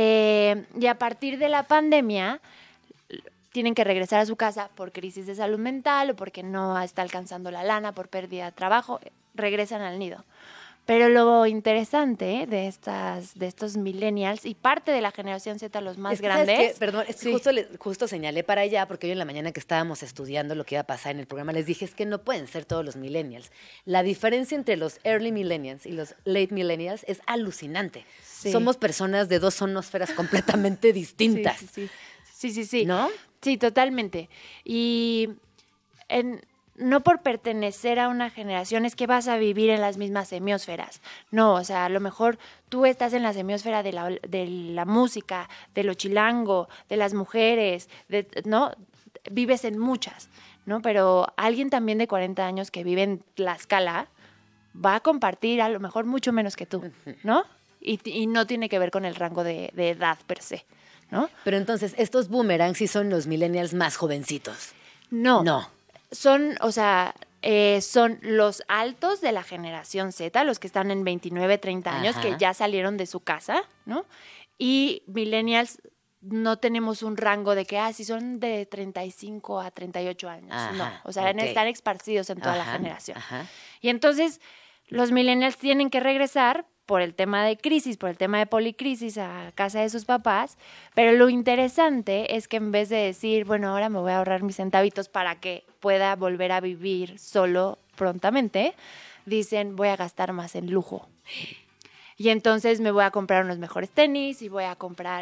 Y a partir de la pandemia tienen que regresar a su casa por crisis de salud mental o porque no está alcanzando la lana, por pérdida de trabajo, regresan al nido. Pero lo interesante de estos millennials y parte de la generación Z, los más grandes... ¿Sabes qué? Perdón, es que justo señalé para allá, porque hoy en la mañana que estábamos estudiando lo que iba a pasar en el programa, les dije, es que no pueden ser todos los millennials. La diferencia entre los early millennials y los late millennials es alucinante. Sí. Somos personas de dos zonosferas completamente distintas. Sí. ¿No? Sí, totalmente. Y no por pertenecer a una generación es que vas a vivir en las mismas semiosferas. No, o sea, a lo mejor tú estás en la semiosfera de la música, de lo chilango, de las mujeres, ¿no? Vives en muchas, ¿no? Pero alguien también de 40 años que vive en Tlaxcala va a compartir a lo mejor mucho menos que tú, ¿no? Y no tiene que ver con el rango de edad per se, ¿no? Pero entonces, estos boomerangs sí son los millennials más jovencitos. No. Son, o sea, son los altos de la generación Z, los que están en 29, 30 años, Ajá. que ya salieron de su casa, ¿no? Y millennials no tenemos un rango de que, si son de 35 a 38 años. Ajá, No, o sea, ok. están esparcidos en toda la Ajá, generación. ajá. Y entonces, los millennials tienen que regresar por el tema de crisis, por el tema de policrisis a casa de sus papás, pero lo interesante es que en vez de decir, bueno, ahora me voy a ahorrar mis centavitos para que pueda volver a vivir solo prontamente, dicen, voy a gastar más en lujo. Y entonces me voy a comprar unos mejores tenis y voy a comprar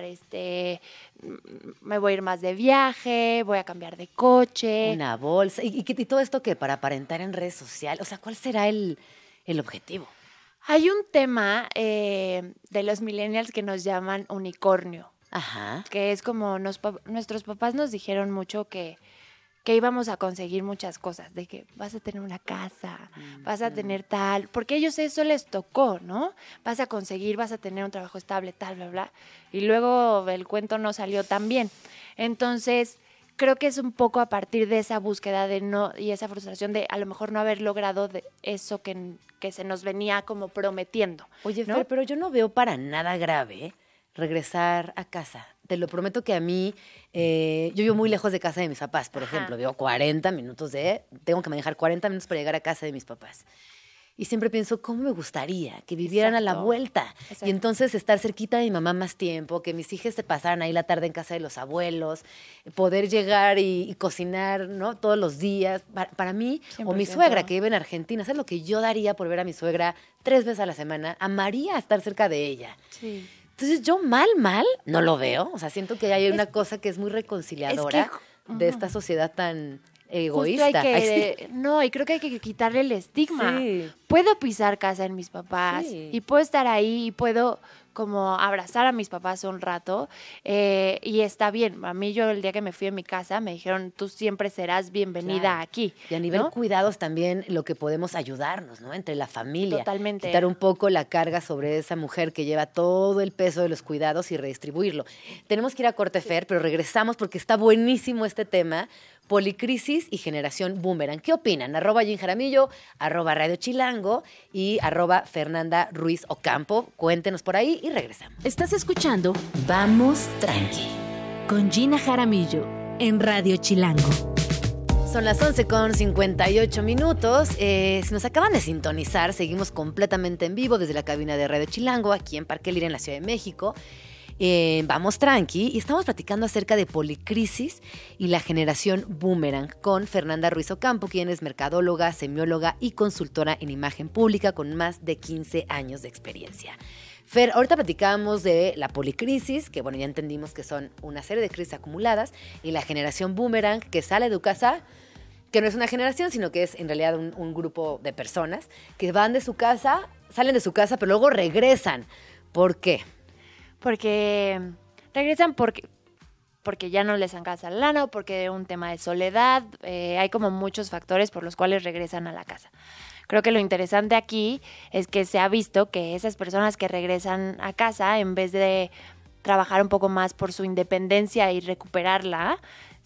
me voy a ir más de viaje, voy a cambiar de coche. Una bolsa. ¿Y todo esto qué? Para aparentar en redes sociales. O sea, ¿cuál será el objetivo? Hay un tema de los millennials que nos llaman unicornio. Ajá. Que es como nuestros papás nos dijeron mucho que íbamos a conseguir muchas cosas, de que vas a tener una casa, vas a tener tal, porque a ellos eso les tocó, ¿no? Vas a conseguir, vas a tener un trabajo estable, tal, bla, bla. Y luego el cuento no salió tan bien. Entonces, creo que es un poco a partir de esa búsqueda y esa frustración de a lo mejor no haber logrado de eso que se nos venía como prometiendo. Oye, ¿no? Fer, pero yo no veo para nada grave regresar a casa. Te lo prometo que a mí, yo vivo muy lejos de casa de mis papás, por ejemplo. Vivo 40 minutos tengo que manejar 40 minutos para llegar a casa de mis papás. Y siempre pienso, ¿cómo me gustaría que vivieran a la vuelta? Exacto. Y entonces estar cerquita de mi mamá más tiempo, que mis hijas se pasaran ahí la tarde en casa de los abuelos, poder llegar y cocinar, ¿no? Todos los días. Para mí, 100%. o mi suegra que vive en Argentina, ¿sabes lo que yo daría por ver a mi suegra 3 veces a la semana? Amaría estar cerca de ella. Sí. Entonces yo mal, no lo veo. O sea, siento que hay una cosa que es muy reconciliadora de esta sociedad tan egoísta. Justo y creo que hay que quitarle el estigma. Sí. Puedo pisar casa en mis papás y puedo estar ahí y puedo como abrazar a mis papás un rato y está bien. A mí el día que me fui a mi casa me dijeron, tú siempre serás bienvenida Claro. aquí. Y a nivel ¿no? cuidados también lo que podemos ayudarnos, ¿no? Entre la familia. Totalmente. Quitar un poco la carga sobre esa mujer que lleva todo el peso de los cuidados y redistribuirlo. Tenemos que ir a corte, Fer, pero regresamos porque está buenísimo este tema. Policrisis y generación boomerang. ¿Qué opinan? @Gin Jaramillo, @Radio Chilango y @Fernanda Ruiz Ocampo. Cuéntenos por ahí y regresamos. Estás escuchando Vamos tranqui. con Gina Jaramillo en Radio Chilango. Son las 11:58. Si nos acaban de sintonizar, seguimos completamente en vivo desde la cabina de Radio Chilango, aquí en Parque Lira, en la Ciudad de México. Vamos tranqui y estamos platicando acerca de policrisis y la generación boomerang con Fernanda Ruiz Ocampo, quien es mercadóloga, semióloga y consultora en imagen pública con más de 15 años de experiencia. Fer, ahorita platicábamos de la policrisis, que bueno, ya entendimos que son una serie de crisis acumuladas, y la generación boomerang que sale de tu casa, que no es una generación, sino que es en realidad un grupo de personas que van de su casa, salen de su casa, pero luego regresan. ¿Por qué? Porque regresan porque ya no les alcanza la lana o porque un tema de soledad. Hay como muchos factores por los cuales regresan a la casa. Creo que lo interesante aquí es que se ha visto que esas personas que regresan a casa, en vez de trabajar un poco más por su independencia y recuperarla,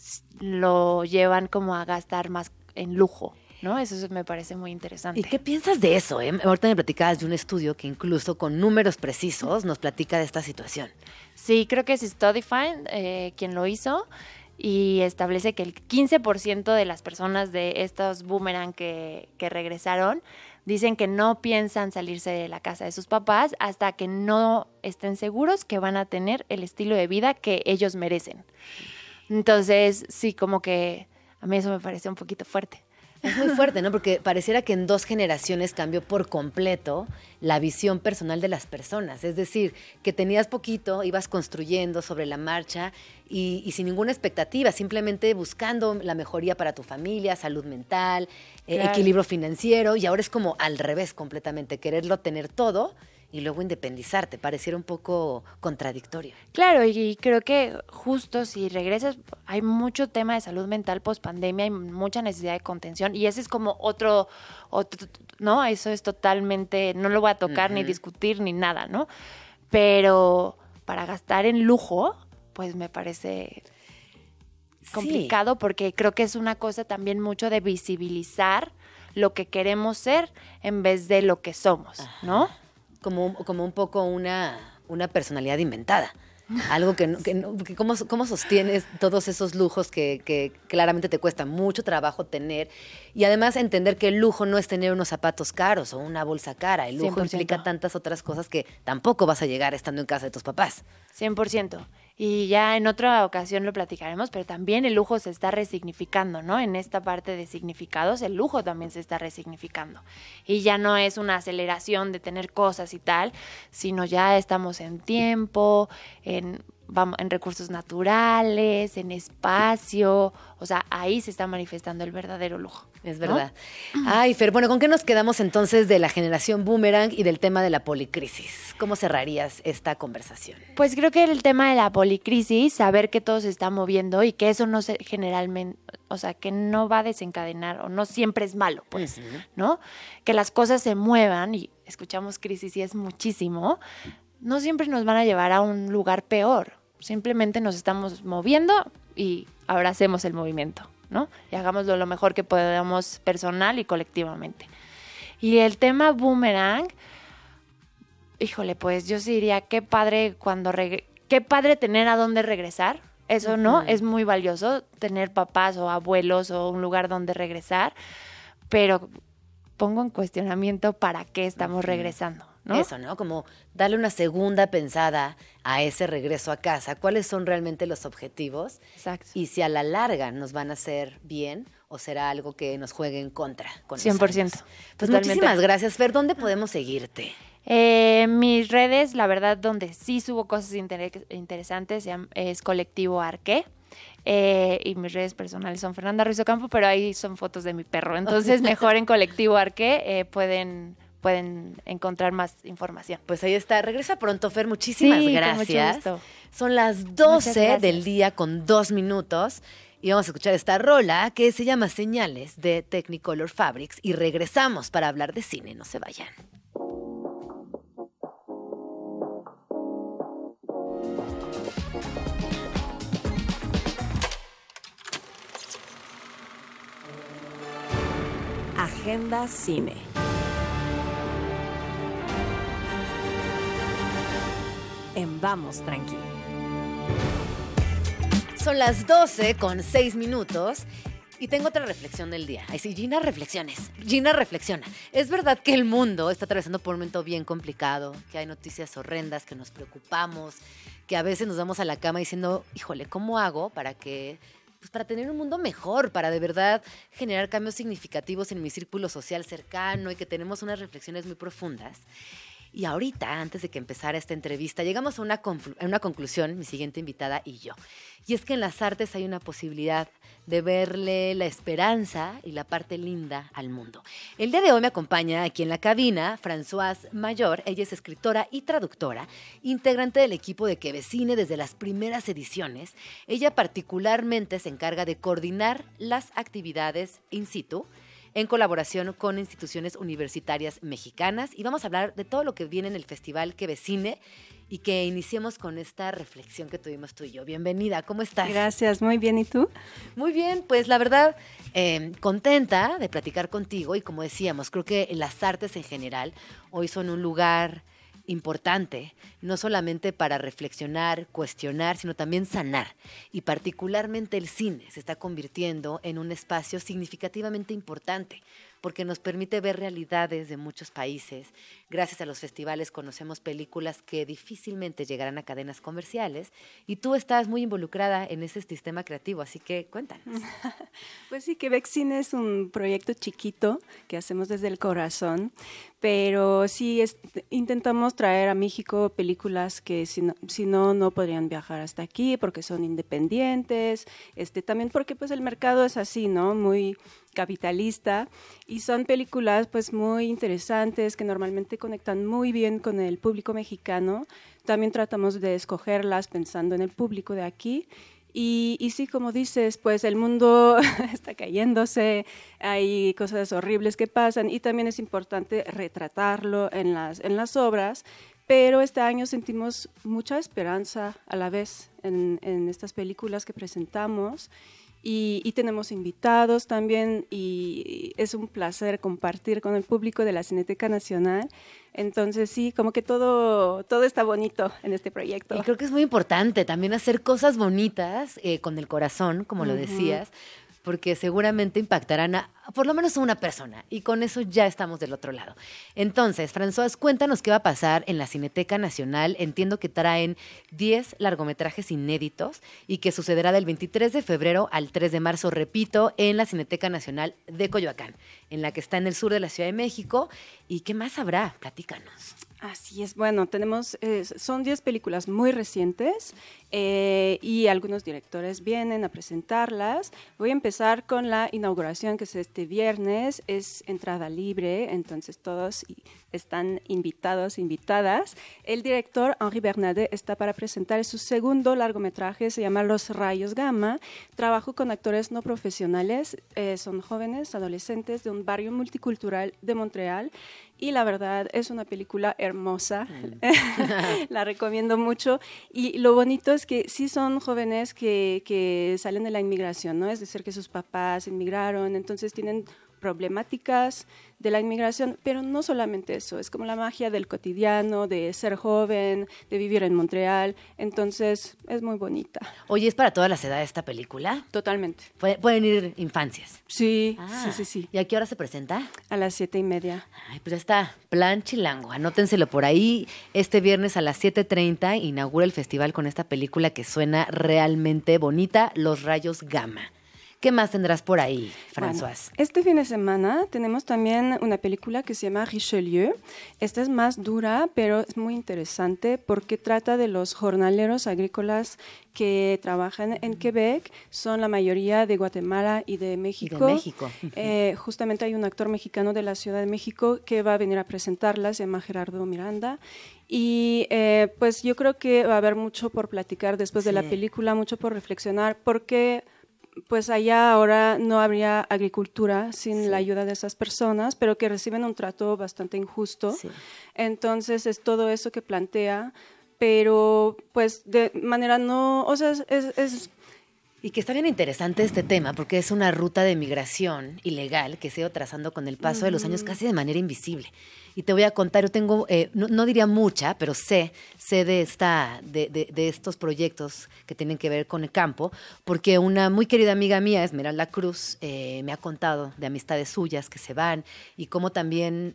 lo llevan como a gastar más en lujo, ¿no? Eso me parece muy interesante. ¿Y qué piensas de eso? Ahorita me platicabas de un estudio que incluso con números precisos nos platica de esta situación. Sí, creo que es Studyfind quien lo hizo y establece que el 15% de las personas de estos boomerang que regresaron dicen que no piensan salirse de la casa de sus papás hasta que no estén seguros que van a tener el estilo de vida que ellos merecen. Entonces, sí, como que a mí eso me parece un poquito fuerte. Es muy fuerte, ¿no? Porque pareciera que en 2 generaciones cambió por completo la visión personal de las personas. Es decir, que tenías poquito, ibas construyendo sobre la marcha y sin ninguna expectativa, simplemente buscando la mejoría para tu familia, salud mental, Claro. equilibrio financiero. Y ahora es como al revés completamente, quererlo tener todo y luego independizarte. Pareciera un poco contradictorio. Claro, y creo que justo si regresas, hay mucho tema de salud mental post pandemia, hay mucha necesidad de contención y ese es como otro, ¿no? Eso es totalmente, no lo voy a tocar ni discutir ni nada, ¿no? Pero para gastar en lujo, pues me parece complicado porque creo que es una cosa también mucho de visibilizar lo que queremos ser en vez de lo que somos, ¿no? Como un poco una personalidad inventada. Algo que ¿cómo sostienes todos esos lujos que claramente te cuesta mucho trabajo tener? Y además entender que el lujo no es tener unos zapatos caros o una bolsa cara. El lujo 100%. implica tantas otras cosas que tampoco vas a llegar estando en casa de tus papás. 100%. Y ya en otra ocasión lo platicaremos, pero también el lujo se está resignificando, ¿no? En esta parte de significados, el lujo también se está resignificando. Y ya no es una aceleración de tener cosas y tal, sino ya estamos en tiempo, en recursos naturales, en espacio. O sea, ahí se está manifestando el verdadero lujo. Es verdad. ¿No? Ay, Fer, bueno, ¿con qué nos quedamos entonces de la generación boomerang y del tema de la policrisis? ¿Cómo cerrarías esta conversación? Pues creo que el tema de la policrisis, saber que todo se está moviendo y que eso no se generalmente, o sea, que no va a desencadenar o no siempre es malo, pues, ¿no? Que las cosas se muevan y escuchamos crisis y es muchísimo, no siempre nos van a llevar a un lugar peor. Simplemente nos estamos moviendo y abracemos el movimiento, ¿no? Y hagámoslo lo mejor que podamos personal y colectivamente. Y el tema boomerang, híjole, pues yo sí diría, qué padre qué padre tener a dónde regresar. Eso, ¿no? Es muy valioso tener papás o abuelos o un lugar donde regresar, pero pongo en cuestionamiento para qué estamos regresando, ¿no? Eso, ¿no? Como darle una segunda pensada a ese regreso a casa. ¿Cuáles son realmente los objetivos? Exacto. Y si a la larga nos van a hacer bien o será algo que nos juegue en contra. Con 100%. Pues Totalmente. muchísimas gracias, Fer. ¿Dónde podemos seguirte? Mis redes, la verdad, donde sí subo cosas interesantes es Colectivo Arqué. Y mis redes personales son Fernanda Ruiz Ocampo, pero ahí son fotos de mi perro. Entonces, mejor en Colectivo Arqué pueden encontrar más información. Pues ahí está. Regresa pronto, Fer. Muchísimas gracias. Con mucho gusto. Son las 12 del día con 2 minutos. Y vamos a escuchar esta rola que se llama Señales de Technicolor Fabrics. Y regresamos para hablar de cine. No se vayan. Agenda Cine. En Vamos Tranqui. Son las 12 con 6 minutos y tengo otra reflexión del día. Ay, sí, Gina reflexiona. Es verdad que el mundo está atravesando por un momento bien complicado, que hay noticias horrendas, que nos preocupamos, que a veces nos vamos a la cama diciendo, híjole, ¿cómo hago para tener un mundo mejor, para de verdad generar cambios significativos en mi círculo social cercano y que tenemos unas reflexiones muy profundas? Y ahorita, antes de que empezara esta entrevista, llegamos a una conclusión, mi siguiente invitada y yo. Y es que en las artes hay una posibilidad de verle la esperanza y la parte linda al mundo. El día de hoy me acompaña aquí en la cabina Françoise Mayor. Ella es escritora y traductora, integrante del equipo de Quebecine desde las primeras ediciones. Ella particularmente se encarga de coordinar las actividades in situ, en colaboración con instituciones universitarias mexicanas. Y vamos a hablar de todo lo que viene en el Festival Quebecine y que iniciemos con esta reflexión que tuvimos tú y yo. Bienvenida, ¿cómo estás? Gracias, muy bien. ¿Y tú? Muy bien, pues la verdad, contenta de platicar contigo. Y como decíamos, creo que las artes en general hoy son un lugar importante, no solamente para reflexionar, cuestionar, sino también sanar. Y particularmente el cine se está convirtiendo en un espacio significativamente importante, porque nos permite ver realidades de muchos países. Gracias a los festivales conocemos películas que difícilmente llegarán a cadenas comerciales y tú estás muy involucrada en ese sistema creativo, así que cuéntanos. Pues sí, Quebecine es un proyecto chiquito que hacemos desde el corazón, pero sí intentamos traer a México películas que si no podrían viajar hasta aquí porque son independientes, también porque pues el mercado es así, ¿no? Muy capitalista, y son películas pues muy interesantes que normalmente conectan muy bien con el público mexicano. También tratamos de escogerlas pensando en el público de aquí. Y sí, como dices, pues el mundo está cayéndose, hay cosas horribles que pasan y también es importante retratarlo en las obras, pero este año sentimos mucha esperanza a la vez en estas películas que presentamos. Y tenemos invitados también y es un placer compartir con el público de la Cineteca Nacional. Entonces sí, como que todo está bonito en este proyecto. Y creo que es muy importante también hacer cosas bonitas con el corazón, como lo decías, porque seguramente impactarán a por lo menos a una persona, y con eso ya estamos del otro lado. Entonces, François, cuéntanos qué va a pasar en la Cineteca Nacional. Entiendo que traen 10 largometrajes inéditos y que sucederá del 23 de febrero al 3 de marzo, repito, en la Cineteca Nacional de Coyoacán, en la que está en el sur de la Ciudad de México. ¿Y qué más habrá? Platícanos. Así es, bueno, son 10 películas muy recientes y algunos directores vienen a presentarlas. Voy a empezar con la inauguración, que es este viernes, es entrada libre, entonces todos están invitados, invitadas. El director Henri Bernadet está para presentar su segundo largometraje, se llama Los Rayos Gamma. Trabajo con actores no profesionales, son jóvenes, adolescentes de un barrio multicultural de Montreal. Y la verdad es una película hermosa, la recomiendo mucho. Y lo bonito es que sí son jóvenes que salen de la inmigración, ¿no? Es decir, que sus papás inmigraron, entonces tienen problemáticas de la inmigración, pero no solamente eso, es como la magia del cotidiano, de ser joven, de vivir en Montreal, entonces es muy bonita. Oye, ¿es para todas las edades esta película? Totalmente. Pueden ir infancias. Sí, Ah, sí. ¿Y a qué hora se presenta? A las 7:30. Ay, pues ya está, plan chilango, anótenselo por ahí. Este viernes a las 7:30 inaugura el festival con esta película que suena realmente bonita, Los Rayos Gamma. ¿Qué más tendrás por ahí, François? Bueno, este fin de semana tenemos también una película que se llama Richelieu. Esta es más dura, pero es muy interesante porque trata de los jornaleros agrícolas que trabajan en Quebec. Son la mayoría de Guatemala y de México. Y de México. Justamente hay un actor mexicano de la Ciudad de México que va a venir a presentarla, se llama Gerardo Miranda. Y pues yo creo que va a haber mucho por platicar después de la película, mucho por reflexionar, porque pues allá ahora no habría agricultura sin la ayuda de esas personas, pero que reciben un trato bastante injusto. Sí. Entonces es todo eso que plantea, pero pues de manera no, o sea, es Y que está bien interesante este tema, porque es una ruta de migración ilegal que se ha ido trazando con el paso de los años casi de manera invisible. Y te voy a contar, yo tengo, no diría mucha, pero sé de estos proyectos que tienen que ver con el campo, porque una muy querida amiga mía, Esmeralda Cruz, me ha contado de amistades suyas que se van y cómo también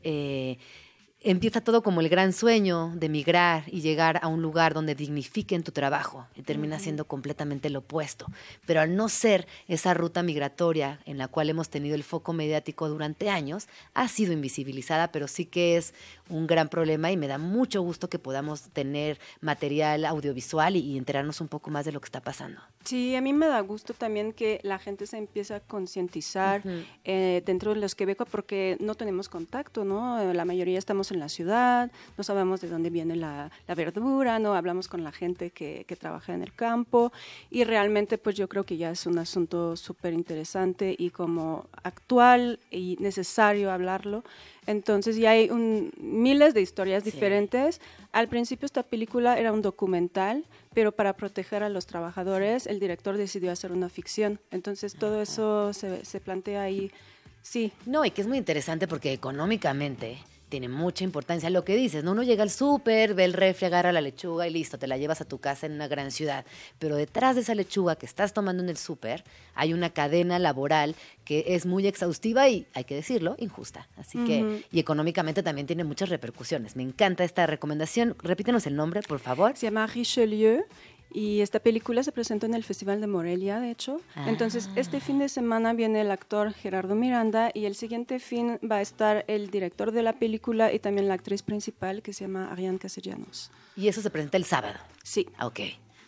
empieza todo como el gran sueño de migrar y llegar a un lugar donde dignifiquen tu trabajo y termina siendo completamente lo opuesto. Pero al no ser esa ruta migratoria en la cual hemos tenido el foco mediático durante años, ha sido invisibilizada, pero sí que es un gran problema y me da mucho gusto que podamos tener material audiovisual y enterarnos un poco más de lo que está pasando. Sí, a mí me da gusto también que la gente se empiece a concientizar dentro de los quebecos porque no tenemos contacto, ¿no? La mayoría estamos en la ciudad, no sabemos de dónde viene la verdura, no hablamos con la gente que trabaja en el campo y realmente pues yo creo que ya es un asunto súper interesante y como actual y necesario hablarlo. Entonces ya hay miles de historias diferentes. Al principio esta película era un documental, pero para proteger a los trabajadores el director decidió hacer una ficción. Entonces todo eso se plantea ahí, sí. No, y que es muy interesante porque económicamente tiene mucha importancia lo que dices, ¿no? Uno llega al súper, ve el refri, agarra la lechuga y listo, te la llevas a tu casa en una gran ciudad. Pero detrás de esa lechuga que estás tomando en el súper hay una cadena laboral que es muy exhaustiva y, hay que decirlo, injusta. Así que, y económicamente también tiene muchas repercusiones. Me encanta esta recomendación. Repítenos el nombre, por favor. Se llama Richelieu. Y esta película se presentó en el Festival de Morelia, de hecho. Entonces, este fin de semana viene el actor Gerardo Miranda y el siguiente fin va a estar el director de la película y también la actriz principal que se llama Ariane Castellanos. ¿Y eso se presenta el sábado? Sí. Ok.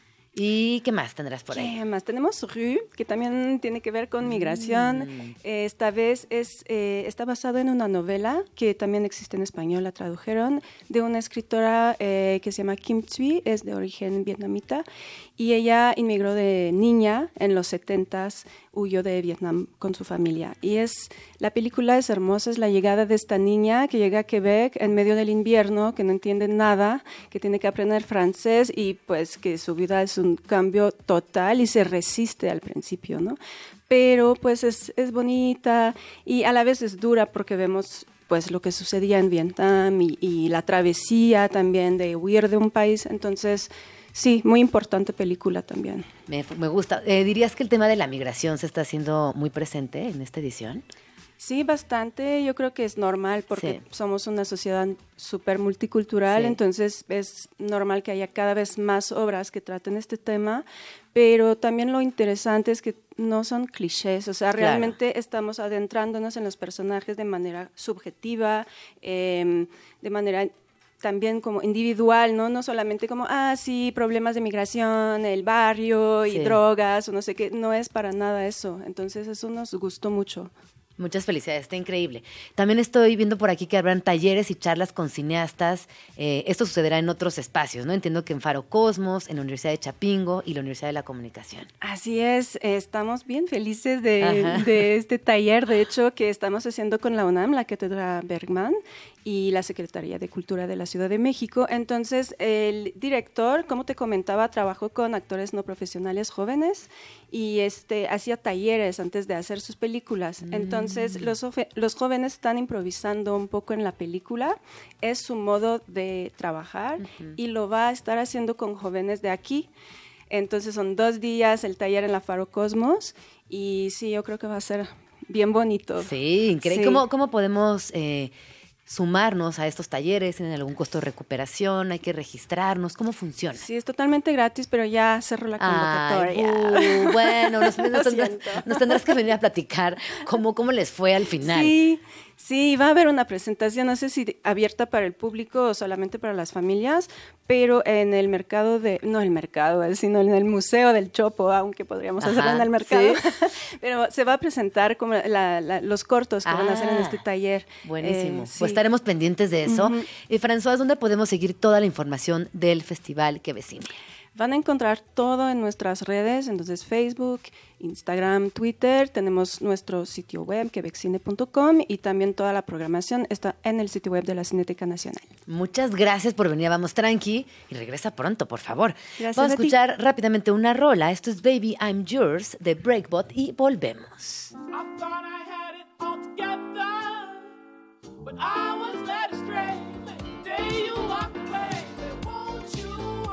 ¿Y qué más tendrás por ahí? ¿Qué más? Tenemos Rue, que también tiene que ver con migración. Esta vez está basado en una novela que también existe en español, la tradujeron, de una escritora que se llama Kim Thuy, es de origen vietnamita, y ella inmigró de niña en los 70s, huyó de Vietnam con su familia. Y la película es hermosa, es la llegada de esta niña que llega a Quebec en medio del invierno, que no entiende nada, que tiene que aprender francés y pues que su vida es un cambio total y se resiste al principio, ¿no? Pero pues es bonita y a la vez es dura porque vemos pues lo que sucedía en Vietnam y la travesía también de huir de un país, entonces Sí, muy importante película también. Me gusta. ¿Dirías que el tema de la migración se está haciendo muy presente en esta edición? Sí, bastante. Yo creo que es normal porque Sí. somos una sociedad súper multicultural, Sí. entonces es normal que haya cada vez más obras que traten este tema, pero también lo interesante es que no son clichés, o sea, Claro. realmente estamos adentrándonos en los personajes de manera subjetiva, de manera también como individual, ¿no? No solamente como, sí, problemas de migración, el barrio y Sí. drogas o no sé qué, no es para nada eso. Entonces eso nos gustó mucho. Muchas felicidades, está increíble. También estoy viendo por aquí que habrán talleres y charlas con cineastas. Esto sucederá en otros espacios, ¿no? Entiendo que en Faro Cosmos, en la Universidad de Chapingo y la Universidad de la Comunicación. Así es, estamos bien felices Ajá. de este taller, de hecho, que estamos haciendo con la UNAM, la Cátedra Bergman y la Secretaría de Cultura de la Ciudad de México. Entonces, el director, como te comentaba, trabajó con actores no profesionales jóvenes y hacía talleres antes de hacer sus películas. Entonces, los jóvenes están improvisando un poco en la película, es su modo de trabajar y lo va a estar haciendo con jóvenes de aquí. Entonces son 2 días el taller en la Faro Cosmos y sí, yo creo que va a ser bien bonito. Sí, increíble. Sí. ¿Cómo podemos sumarnos a estos talleres? ¿Tienen algún costo de recuperación? ¿Hay que registrarnos? ¿Cómo funciona? Sí, es totalmente gratis, pero ya cerró la convocatoria. Ay, bueno, nos Lo tendrás, siento. nos tendrás que venir a platicar cómo les fue al final. Sí, va a haber una presentación, no sé si abierta para el público o solamente para las familias, pero en el mercado sino en el Museo del Chopo, aunque podríamos Ajá, hacerlo en el mercado. sí. Pero se va a presentar como los cortos que van a hacer en este taller. Buenísimo. Sí. Pues estaremos pendientes de eso. Ujú. François, ¿dónde podemos seguir toda la información del Festival Que Vecine? Van a encontrar todo en nuestras redes, entonces Facebook, Instagram, Twitter. Tenemos nuestro sitio web, quebecine.com, y también toda la programación está en el sitio web de la Cineteca Nacional. Muchas gracias por venir a Vamos Tranqui y regresa pronto, por favor. Gracias Vamos a a ti. escuchar rápidamente una rola. Esto es Baby I'm Yours de Breakbot y volvemos. I thought I had it all together, but I was led astray. The day you walked away, won't you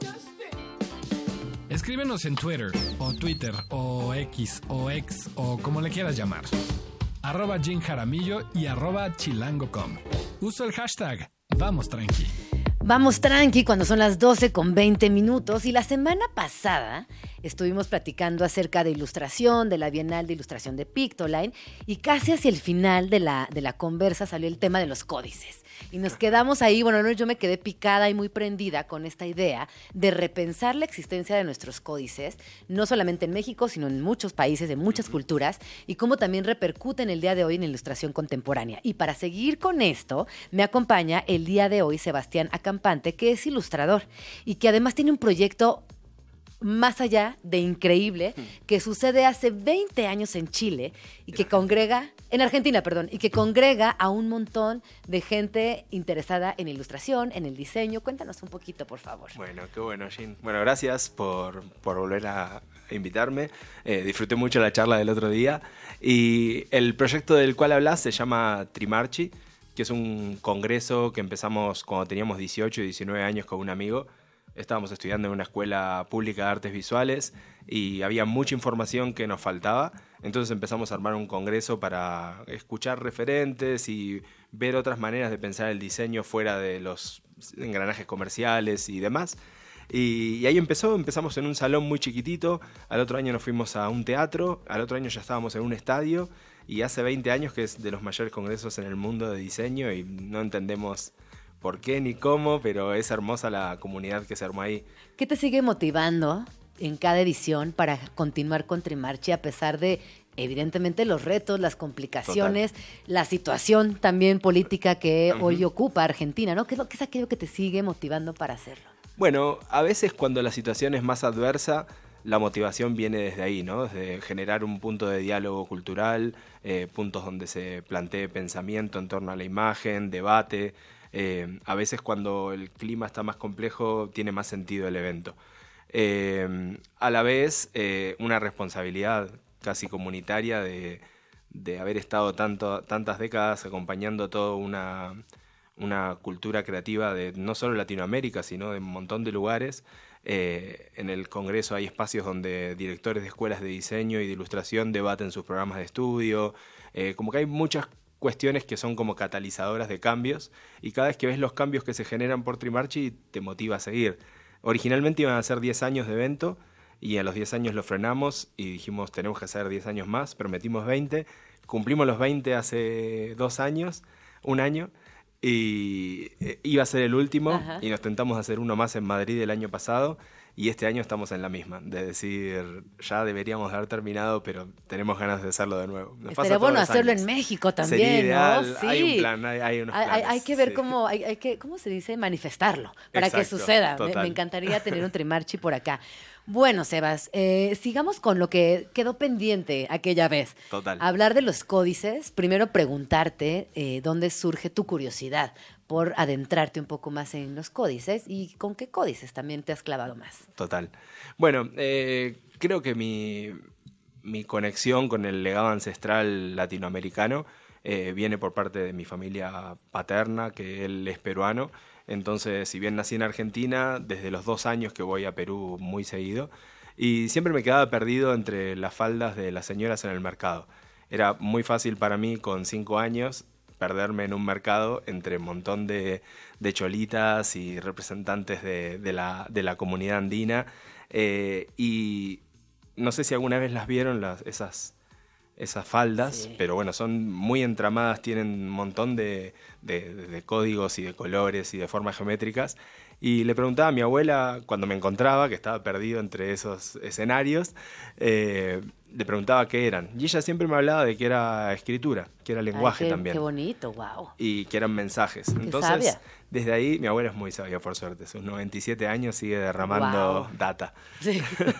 understand? Escríbenos en Twitter, o Twitter, o X, o X, o como le quieras llamar. @Jin Jaramillo y @chilango.com. Uso el hashtag Vamos Tranqui. Vamos tranqui cuando son las 12:20 y la semana pasada estuvimos platicando acerca de ilustración, de la Bienal de Ilustración de Pictoline y casi hacia el final de la conversa salió el tema de los códices y nos quedamos ahí, bueno, yo me quedé picada y muy prendida con esta idea de repensar la existencia de nuestros códices, no solamente en México, sino en muchos países, de muchas culturas y cómo también repercuten el día de hoy en la ilustración contemporánea. Y para seguir con esto, me acompaña el día de hoy Sebastián Acampante, que es ilustrador y que además tiene un proyecto más allá de increíble que sucede hace 20 años en Chile y que congrega, en Argentina, perdón, y que congrega a un montón de gente interesada en ilustración, en el diseño. Cuéntanos un poquito, por favor. Bueno, qué bueno, Jin. Bueno, gracias por volver a invitarme. Disfruté mucho la charla del otro día. Y el proyecto del cual hablas se llama Trimarchi, que es un congreso que empezamos cuando teníamos 18 y 19 años con un amigo. Estábamos estudiando en una escuela pública de artes visuales y había mucha información que nos faltaba. Entonces empezamos a armar un congreso para escuchar referentes y ver otras maneras de pensar el diseño fuera de los engranajes comerciales y demás. Y ahí empezamos en un salón muy chiquitito, al otro año nos fuimos a un teatro, al otro año ya estábamos en un estadio y hace 20 años que es de los mayores congresos en el mundo de diseño y no entendemos por qué ni cómo, pero es hermosa la comunidad que se armó ahí. ¿Qué te sigue motivando en cada edición para continuar con Trimarchi a pesar de, evidentemente, los retos, las complicaciones, la situación también política que hoy ocupa Argentina, ¿no? ¿Qué es aquello que te sigue motivando para hacerlo? Bueno, a veces cuando la situación es más adversa, la motivación viene desde ahí, ¿no? Desde generar un punto de diálogo cultural, puntos donde se plantee pensamiento en torno a la imagen, debate. A veces cuando el clima está más complejo tiene más sentido el evento. A la vez una responsabilidad casi comunitaria de haber estado tantas décadas acompañando toda una cultura creativa de no solo Latinoamérica, sino de un montón de lugares. En el Congreso hay espacios donde directores de escuelas de diseño y de ilustración debaten sus programas de estudio. Como que hay muchas cuestiones que son como catalizadoras de cambios, y cada vez que ves los cambios que se generan por Trimarchi te motiva a seguir. Originalmente iban a ser 10 años de evento, y a los 10 años lo frenamos y dijimos tenemos que hacer 10 años más, prometimos 20, cumplimos los 20 hace 2 años, un año, y iba a ser el último. Ajá. Y nos tentamos hacer uno más en Madrid el año pasado, y este año estamos en la misma, de decir, ya deberíamos haber terminado, pero tenemos ganas de hacerlo de nuevo. Estaría bueno hacerlo en México también, sería ideal, ¿no? Sí. Hay un plan, hay unos planes. Hay que ver cómo, hay que, ¿cómo se dice? Manifestarlo, para que suceda. Me encantaría tener un Trimarchi por acá. Bueno, Sebas, sigamos con lo que quedó pendiente aquella vez. Total. Hablar de los códices, primero preguntarte dónde surge tu curiosidad por adentrarte un poco más en los códices y con qué códices también te has clavado más. Total. Bueno, creo que mi conexión con el legado ancestral latinoamericano viene por parte de mi familia paterna, que él es peruano. Entonces, si bien nací en Argentina, desde los 2 años que voy a Perú muy seguido, y siempre me quedaba perdido entre las faldas de las señoras en el mercado. Era muy fácil para mí con 5 años perderme en un mercado entre un montón de cholitas y representantes de la comunidad andina, y no sé si alguna vez las vieron esas faldas, sí. Pero bueno, son muy entramadas, tienen un montón de códigos y de colores y de formas geométricas. Y le preguntaba a mi abuela, cuando me encontraba, que estaba perdido entre esos escenarios, le preguntaba qué eran. Y ella siempre me hablaba de que era escritura, que era lenguaje. También. Qué bonito, wow. Y que eran mensajes. Qué Entonces, sabia. Desde ahí, mi abuela es muy sabia, por suerte. Sus 97 años sigue derramando data. Sí.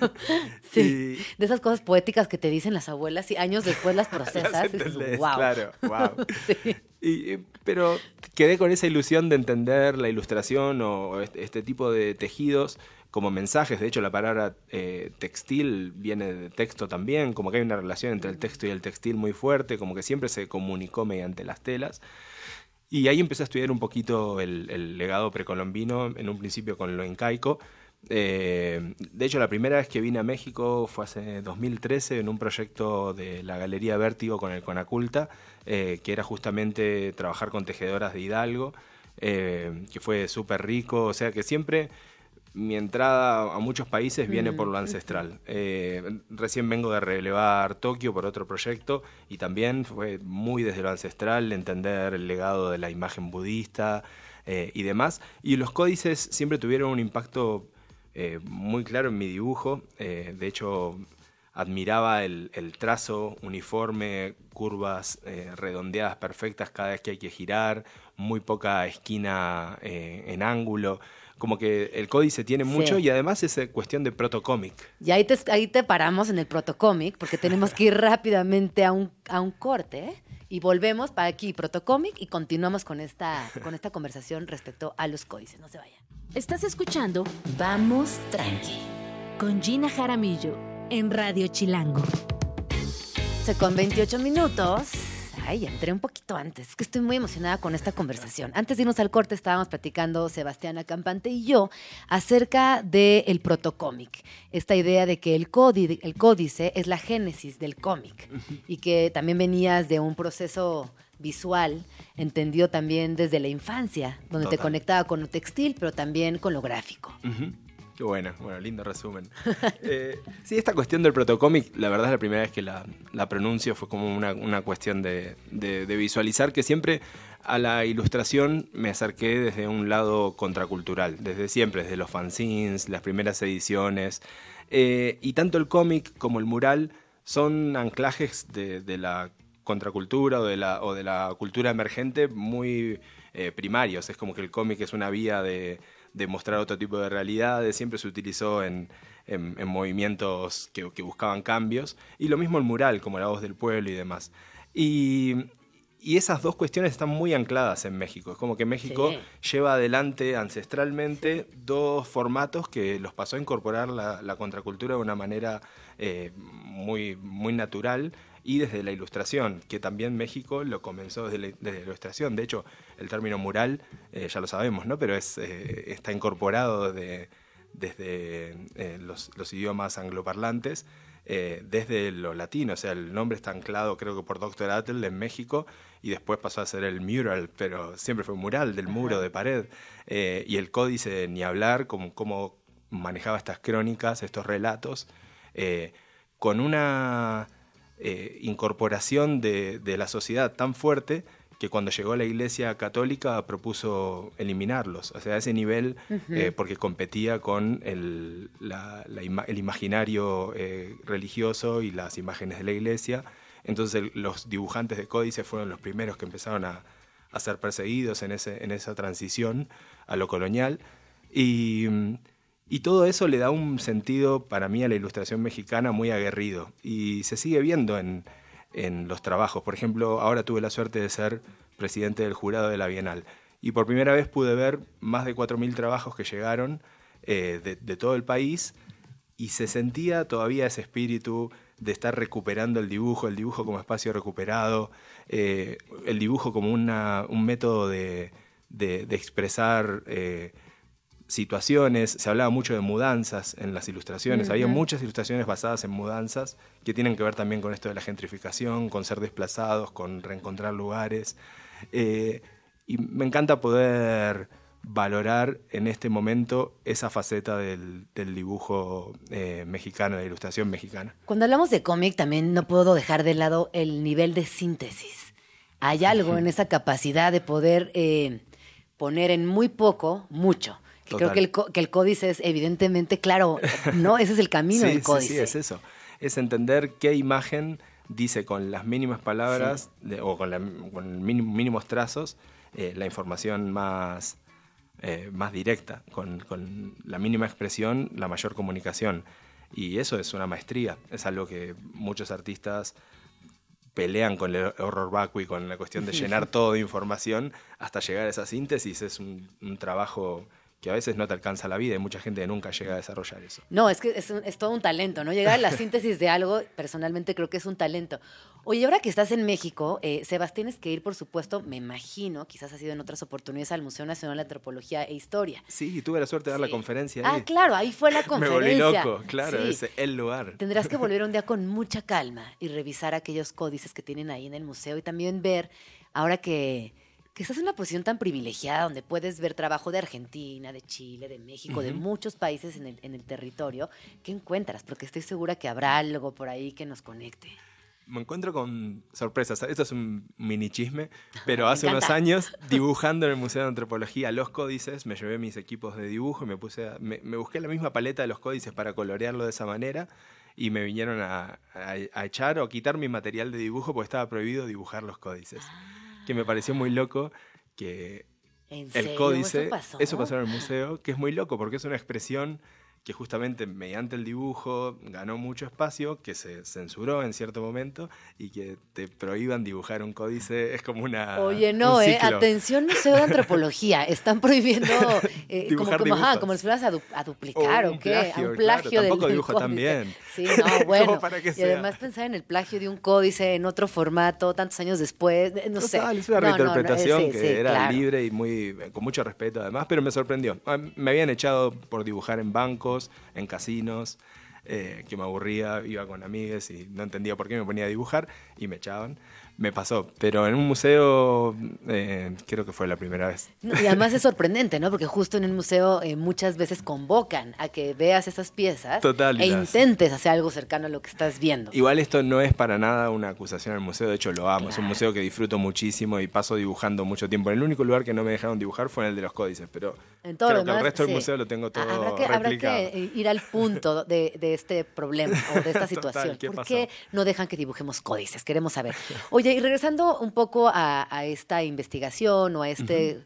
Sí. De esas cosas poéticas que te dicen las abuelas y años después las procesas. Las entendés, y dices, wow. Claro, wow. Sí. Pero quedé con esa ilusión de entender la ilustración o este tipo de tejidos como mensajes. De hecho, la palabra textil viene de texto también, como que hay una relación entre el texto y el textil muy fuerte, como que siempre se comunicó mediante las telas. Y ahí empecé a estudiar un poquito el legado precolombino, en un principio con lo incaico. De hecho, la primera vez que vine a México fue hace 2013 en un proyecto de la Galería Vértigo con el Conaculta, que era justamente trabajar con tejedoras de Hidalgo, que fue súper rico. O sea que siempre mi entrada a muchos países viene por lo ancestral. Recién vengo de relevar Tokio por otro proyecto, y también fue muy desde lo ancestral entender el legado de la imagen budista y demás. Y los códices siempre tuvieron un impacto muy claro en mi dibujo. De hecho, admiraba el trazo uniforme, curvas redondeadas perfectas cada vez que hay que girar, muy poca esquina en ángulo. Como que el códice tiene mucho, y además es cuestión de protocómic. Y ahí te paramos en el protocómic, porque tenemos que ir rápidamente a un corte, y volvemos para aquí, protocómic, y continuamos con esta conversación respecto a los códices. No se vayan. Estás escuchando Vamos Tranqui con Gina Jaramillo en Radio Chilango. Con 28 minutos. Ay, entré un poquito antes. Es que estoy muy emocionada con esta conversación. Antes de irnos al corte estábamos platicando Sebastiana Campante y yo acerca del protocómic. Esta idea de que el códice es la génesis del cómic y que también venías de un proceso visual, entendido también desde la infancia, donde te conectaba con lo textil, pero también con lo gráfico. Qué bueno, lindo resumen. Sí, esta cuestión del protocómic, la verdad es la primera vez que la pronuncio, fue como una cuestión de visualizar que siempre a la ilustración me acerqué desde un lado contracultural, desde siempre, desde los fanzines, las primeras ediciones, y tanto el cómic como el mural son anclajes de la contracultura o de la cultura emergente muy primarios. Es como que el cómic es una vía de mostrar otro tipo de realidades, siempre se utilizó en movimientos que buscaban cambios, y lo mismo el mural, como La Voz del Pueblo y demás. Y esas dos cuestiones están muy ancladas en México. Es como que México lleva adelante ancestralmente dos formatos que los pasó a incorporar la contracultura de una manera muy, muy natural, y desde la ilustración, que también México lo comenzó desde la ilustración. De hecho, el término mural, ya lo sabemos, ¿no? Pero está incorporado desde los idiomas angloparlantes, desde lo latino. O sea, el nombre está anclado, creo que por Dr. Atl en México, y después pasó a ser el mural, pero siempre fue mural, del muro, de pared. Y el códice, ni hablar, cómo manejaba estas crónicas, estos relatos, con una incorporación de la sociedad tan fuerte que cuando llegó la Iglesia Católica propuso eliminarlos. O sea, a ese nivel, porque competía con el imaginario religioso y las imágenes de la Iglesia. Entonces los dibujantes de códices fueron los primeros que empezaron a ser perseguidos en esa transición a lo colonial. Y todo eso le da un sentido, para mí, a la ilustración mexicana muy aguerrido. Y se sigue viendo en los trabajos. Por ejemplo, ahora tuve la suerte de ser presidente del jurado de la Bienal. Y por primera vez pude ver más de 4.000 trabajos que llegaron de todo el país. Y se sentía todavía ese espíritu de estar recuperando el dibujo como espacio recuperado, el dibujo como un método de expresar situaciones. Se hablaba mucho de mudanzas en las ilustraciones. Había muchas ilustraciones basadas en mudanzas que tienen que ver también con esto de la gentrificación, con ser desplazados, con reencontrar lugares. Y me encanta poder valorar en este momento esa faceta del dibujo mexicano, de la ilustración mexicana. Cuando hablamos de cómic, también no puedo dejar de lado el nivel de síntesis. Hay algo en esa capacidad de poder poner en muy poco, mucho. Que creo que el códice es evidentemente, claro, ¿no? Ese es el camino del códice. Sí, es eso. Es entender qué imagen dice con las mínimas palabras o con mínimos trazos la información más directa, con la mínima expresión, la mayor comunicación. Y eso es una maestría, es algo que muchos artistas pelean con el horror vacui, con la cuestión de llenar todo de información hasta llegar a esa síntesis. Es un trabajo que a veces no te alcanza la vida y mucha gente nunca llega a desarrollar eso. No, es que es todo un talento, ¿no? Llegar a la síntesis de algo, personalmente creo que es un talento. Oye, ahora que estás en México, Sebas, tienes que ir, por supuesto, me imagino, quizás has ido en otras oportunidades, al Museo Nacional de Antropología e Historia. Sí, tuve la suerte de dar la conferencia ahí. Ah, claro, ahí fue la conferencia. Me volví loco, claro, es el lugar. Tendrás que volver un día con mucha calma y revisar aquellos códices que tienen ahí en el museo y también ver, ahora que estás en una posición tan privilegiada donde puedes ver trabajo de Argentina, de Chile, de México, de muchos países en el territorio. ¿Qué encuentras? Porque estoy segura que habrá algo por ahí que nos conecte. Me encuentro con sorpresas. Esto es un mini chisme, pero hace unos años, dibujando en el Museo de Antropología los códices, me llevé mis equipos de dibujo y me busqué la misma paleta de los códices para colorearlo de esa manera y me vinieron a echar o quitar mi material de dibujo porque estaba prohibido dibujar los códices. Que me pareció muy loco que el códice, eso pasó en el museo, que es muy loco porque es una expresión que justamente mediante el dibujo ganó mucho espacio, que se censuró en cierto momento y que te prohíban dibujar un códice es como una... Oye, no, atención Museo de Antropología, están prohibiendo como si fueras a duplicar o qué, a un plagio claro, tampoco del dibujo códice. tan bien. Sí, no, bueno, y además pensar en el plagio de un códice en otro formato, tantos años después, no sé. Es una reinterpretación que era claro. libre y con mucho respeto además, pero me sorprendió. Me habían echado por dibujar en bancos, en casinos, que me aburría, iba con amigues y no entendía por qué me ponía a dibujar y me echaban. Me pasó, pero en un museo creo que fue la primera vez. Y además es sorprendente, ¿no? Porque justo en un museo muchas veces convocan a que veas esas piezas intentes hacer algo cercano a lo que estás viendo. Igual esto no es para nada una acusación al museo, de hecho lo amo. Claro. Es un museo que disfruto muchísimo y paso dibujando mucho tiempo. El único lugar que no me dejaron dibujar fue en el de los códices, pero en todo creo que el resto del museo lo tengo todo replicado. Habrá que ir al punto de este problema o de esta situación. ¿Por qué no dejan que dibujemos códices? Queremos saber. Oye, y regresando un poco a esta investigación o a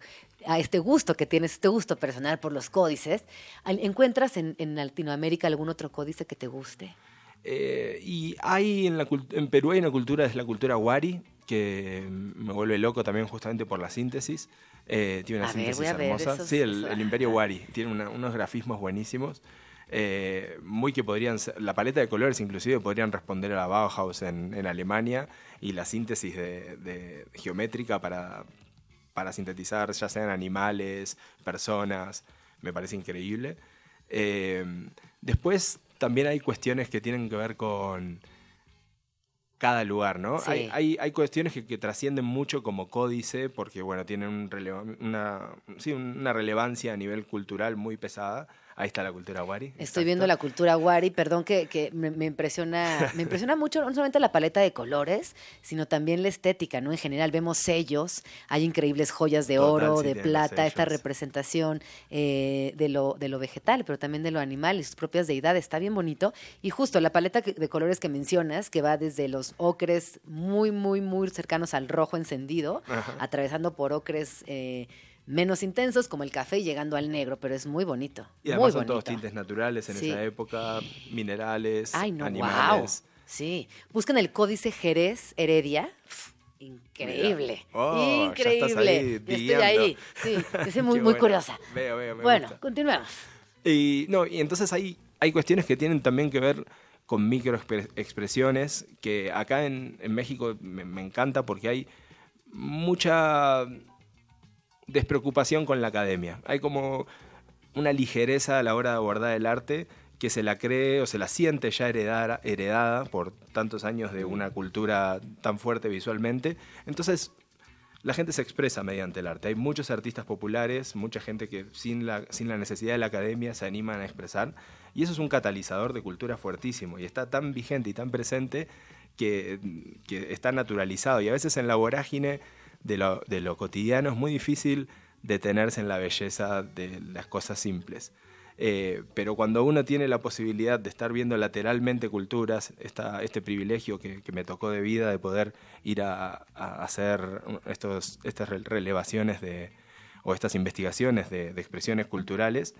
este gusto que tienes, este gusto personal por los códices, ¿encuentras en Latinoamérica algún otro códice que te guste? Y hay en Perú hay una cultura, es la cultura Wari, que me vuelve loco también justamente por la síntesis. Tiene una síntesis hermosa. Sí, el Imperio Wari tiene unos grafismos buenísimos. muy que podrían ser, la paleta de colores inclusive podrían responder a la Bauhaus en Alemania, y la síntesis de geométrica para sintetizar ya sean animales, personas, me parece increíble. Después también hay cuestiones que tienen que ver con cada lugar, ¿no? Sí. Hay cuestiones que trascienden mucho como códice, porque bueno, tienen una relevancia a nivel cultural muy pesada. Ahí está la cultura wari. Estoy exacto. viendo la cultura wari, perdón que me impresiona mucho, no solamente la paleta de colores, sino también la estética, ¿no? En general vemos sellos, hay increíbles joyas de Total, oro, sí, de tienen plata, esta sellos. representación de lo vegetal, pero también de lo animal y sus propias deidades, está bien bonito. Y justo la paleta de colores que mencionas, que va desde los ocres muy, muy, muy cercanos al rojo encendido, Ajá. atravesando por ocres menos intensos como el café y llegando al negro, pero es muy bonito. Y muy además son bonito. todos tintes naturales en Sí. esa época, minerales, Ay, no, animales. wow. Sí. Buscan el códice Jerez Heredia. Pff, increíble. Mira. Oh, ya estás increíble. ahí Yo estoy digueando. ahí. Sí, yo soy muy, Qué muy bueno. curiosa. Veo, me Bueno, gusta. continuemos. Y entonces hay cuestiones que tienen también que ver con microexpresiones, que acá en México me encanta porque hay mucha despreocupación con la academia. Hay como una ligereza a la hora de abordar el arte que se la cree o se la siente ya heredada por tantos años de una cultura tan fuerte visualmente. Entonces, la gente se expresa mediante el arte. Hay muchos artistas populares, mucha gente que sin la necesidad de la academia se animan a expresar. Y eso es un catalizador de cultura fuertísimo. Y está tan vigente y tan presente que está naturalizado. Y a veces en la vorágine de lo cotidiano es muy difícil detenerse en la belleza de las cosas simples. Pero cuando uno tiene la posibilidad de estar viendo lateralmente culturas, este privilegio que me tocó de vida de poder ir a hacer estas relevaciones o estas investigaciones de expresiones culturales,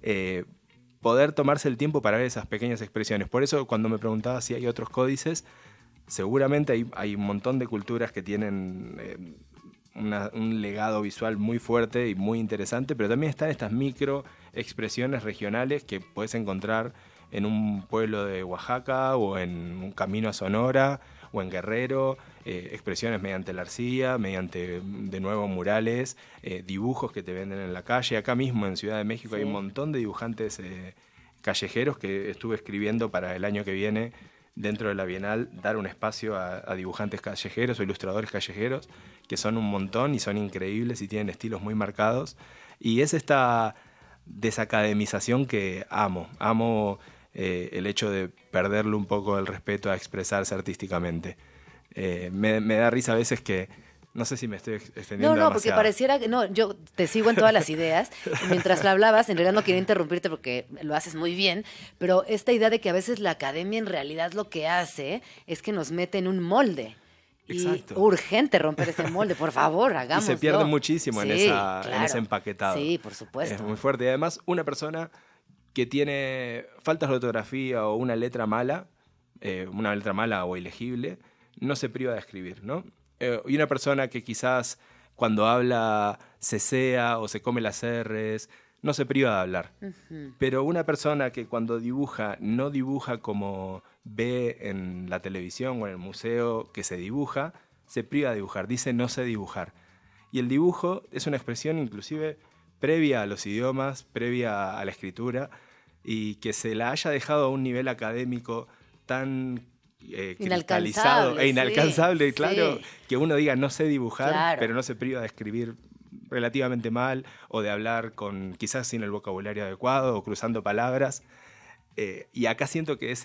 poder tomarse el tiempo para ver esas pequeñas expresiones. Por eso cuando me preguntaba si hay otros códices, seguramente hay un montón de culturas que tienen un legado visual muy fuerte y muy interesante, pero también están estas micro expresiones regionales que puedes encontrar en un pueblo de Oaxaca o en un camino a Sonora o en Guerrero, expresiones mediante la arcilla, mediante de nuevo murales, dibujos que te venden en la calle. Acá mismo en Ciudad de México hay un montón de dibujantes callejeros que estuve escribiendo para el año que viene dentro de la Bienal, dar un espacio a dibujantes callejeros o ilustradores callejeros, que son un montón y son increíbles y tienen estilos muy marcados. Y es esta desacademización que amo. Amo el hecho de perderle un poco el respeto a expresarse artísticamente. Me da risa a veces que... No sé si me estoy extendiendo No, porque demasiado. pareciera que... No, yo te sigo en todas las ideas. Mientras lo hablabas, en realidad no quería interrumpirte porque lo haces muy bien, pero esta idea de que a veces la academia en realidad lo que hace es que nos mete en un molde. Exacto. Y urgente romper ese molde, por favor, Y hagámoslo. se pierde muchísimo en Sí, en ese empaquetado. Sí, por supuesto. Es muy fuerte. Y además, una persona que tiene faltas de ortografía o una letra mala o ilegible, no se priva de escribir, ¿no? Y una persona que quizás cuando habla cesea o se come las R's, no se priva de hablar. Ujú. Pero una persona que cuando dibuja, no dibuja como ve en la televisión o en el museo que se dibuja, se priva de dibujar, dice no sé dibujar. Y el dibujo es una expresión inclusive previa a los idiomas, previa a la escritura, y que se la haya dejado a un nivel académico tan cristalizado e inalcanzable, sí, claro, sí. que uno diga no sé dibujar, Claro. pero no se priva de escribir relativamente mal o de hablar quizás sin el vocabulario adecuado o cruzando palabras. Y acá siento que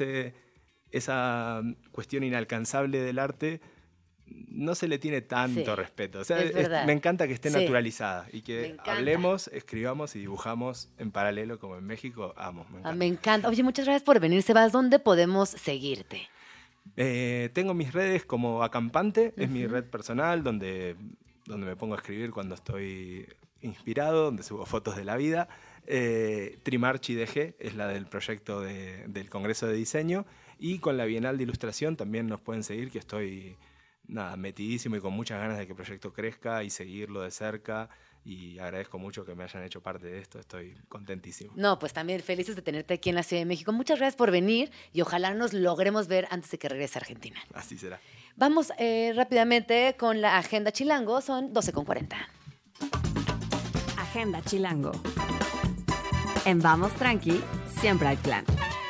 esa cuestión inalcanzable del arte no se le tiene tanto Sí, respeto. O sea, es verdad. me encanta que esté Sí. naturalizada y Me que encanta. hablemos, escribamos y dibujamos en paralelo como en México. Amo, me encanta. Me encanta. Oye, muchas gracias por venir, Sebas. ¿Dónde podemos seguirte? Tengo mis redes como Acampante, es mi red personal donde me pongo a escribir cuando estoy inspirado, donde subo fotos de la vida. Trimarchi DG es la del proyecto del Congreso de Diseño, y con la Bienal de Ilustración también nos pueden seguir, que estoy metidísimo y con muchas ganas de que el proyecto crezca y seguirlo de cerca y agradezco mucho que me hayan hecho parte de esto, estoy contentísimo. No, pues también felices de tenerte aquí en la Ciudad de México. Muchas gracias por venir y ojalá nos logremos ver antes de que regrese a Argentina. Así será. Vamos rápidamente con la agenda Chilango, son 12:40. Agenda Chilango. En Vamos Tranqui, siempre hay plan.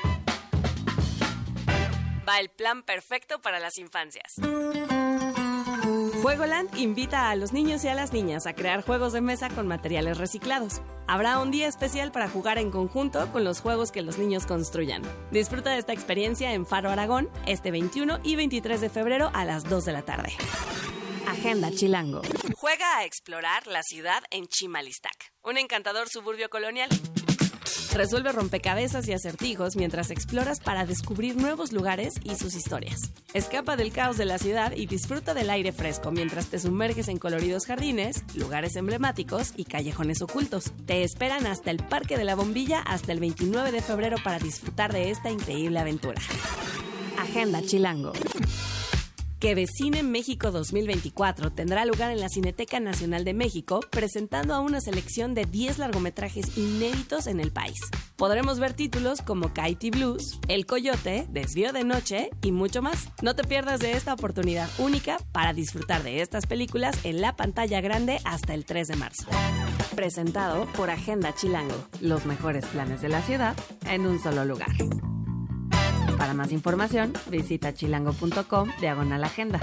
Va el plan perfecto para las infancias. Juegoland invita a los niños y a las niñas a crear juegos de mesa con materiales reciclados. Habrá un día especial para jugar en conjunto con los juegos que los niños construyan. Disfruta de esta experiencia en Faro Aragón este 21 y 23 de febrero a las 2 de la tarde. Agenda Chilango. Juega a explorar la ciudad en Chimalistac, un encantador suburbio colonial. Resuelve rompecabezas y acertijos mientras exploras para descubrir nuevos lugares y sus historias. Escapa del caos de la ciudad y disfruta del aire fresco mientras te sumerges en coloridos jardines, lugares emblemáticos y callejones ocultos. Te esperan hasta el Parque de la Bombilla hasta el 29 de febrero para disfrutar de esta increíble aventura. Agenda Chilango. Que Vecine México 2024 tendrá lugar en la Cineteca Nacional de México, presentando a una selección de 10 largometrajes inéditos en el país. Podremos ver títulos como Katy Blues, El Coyote, Desvío de Noche y mucho más. No te pierdas de esta oportunidad única para disfrutar de estas películas en la pantalla grande hasta el 3 de marzo. Presentado por Agenda Chilango, los mejores planes de la ciudad en un solo lugar. Para más información, visita chilango.com/agenda.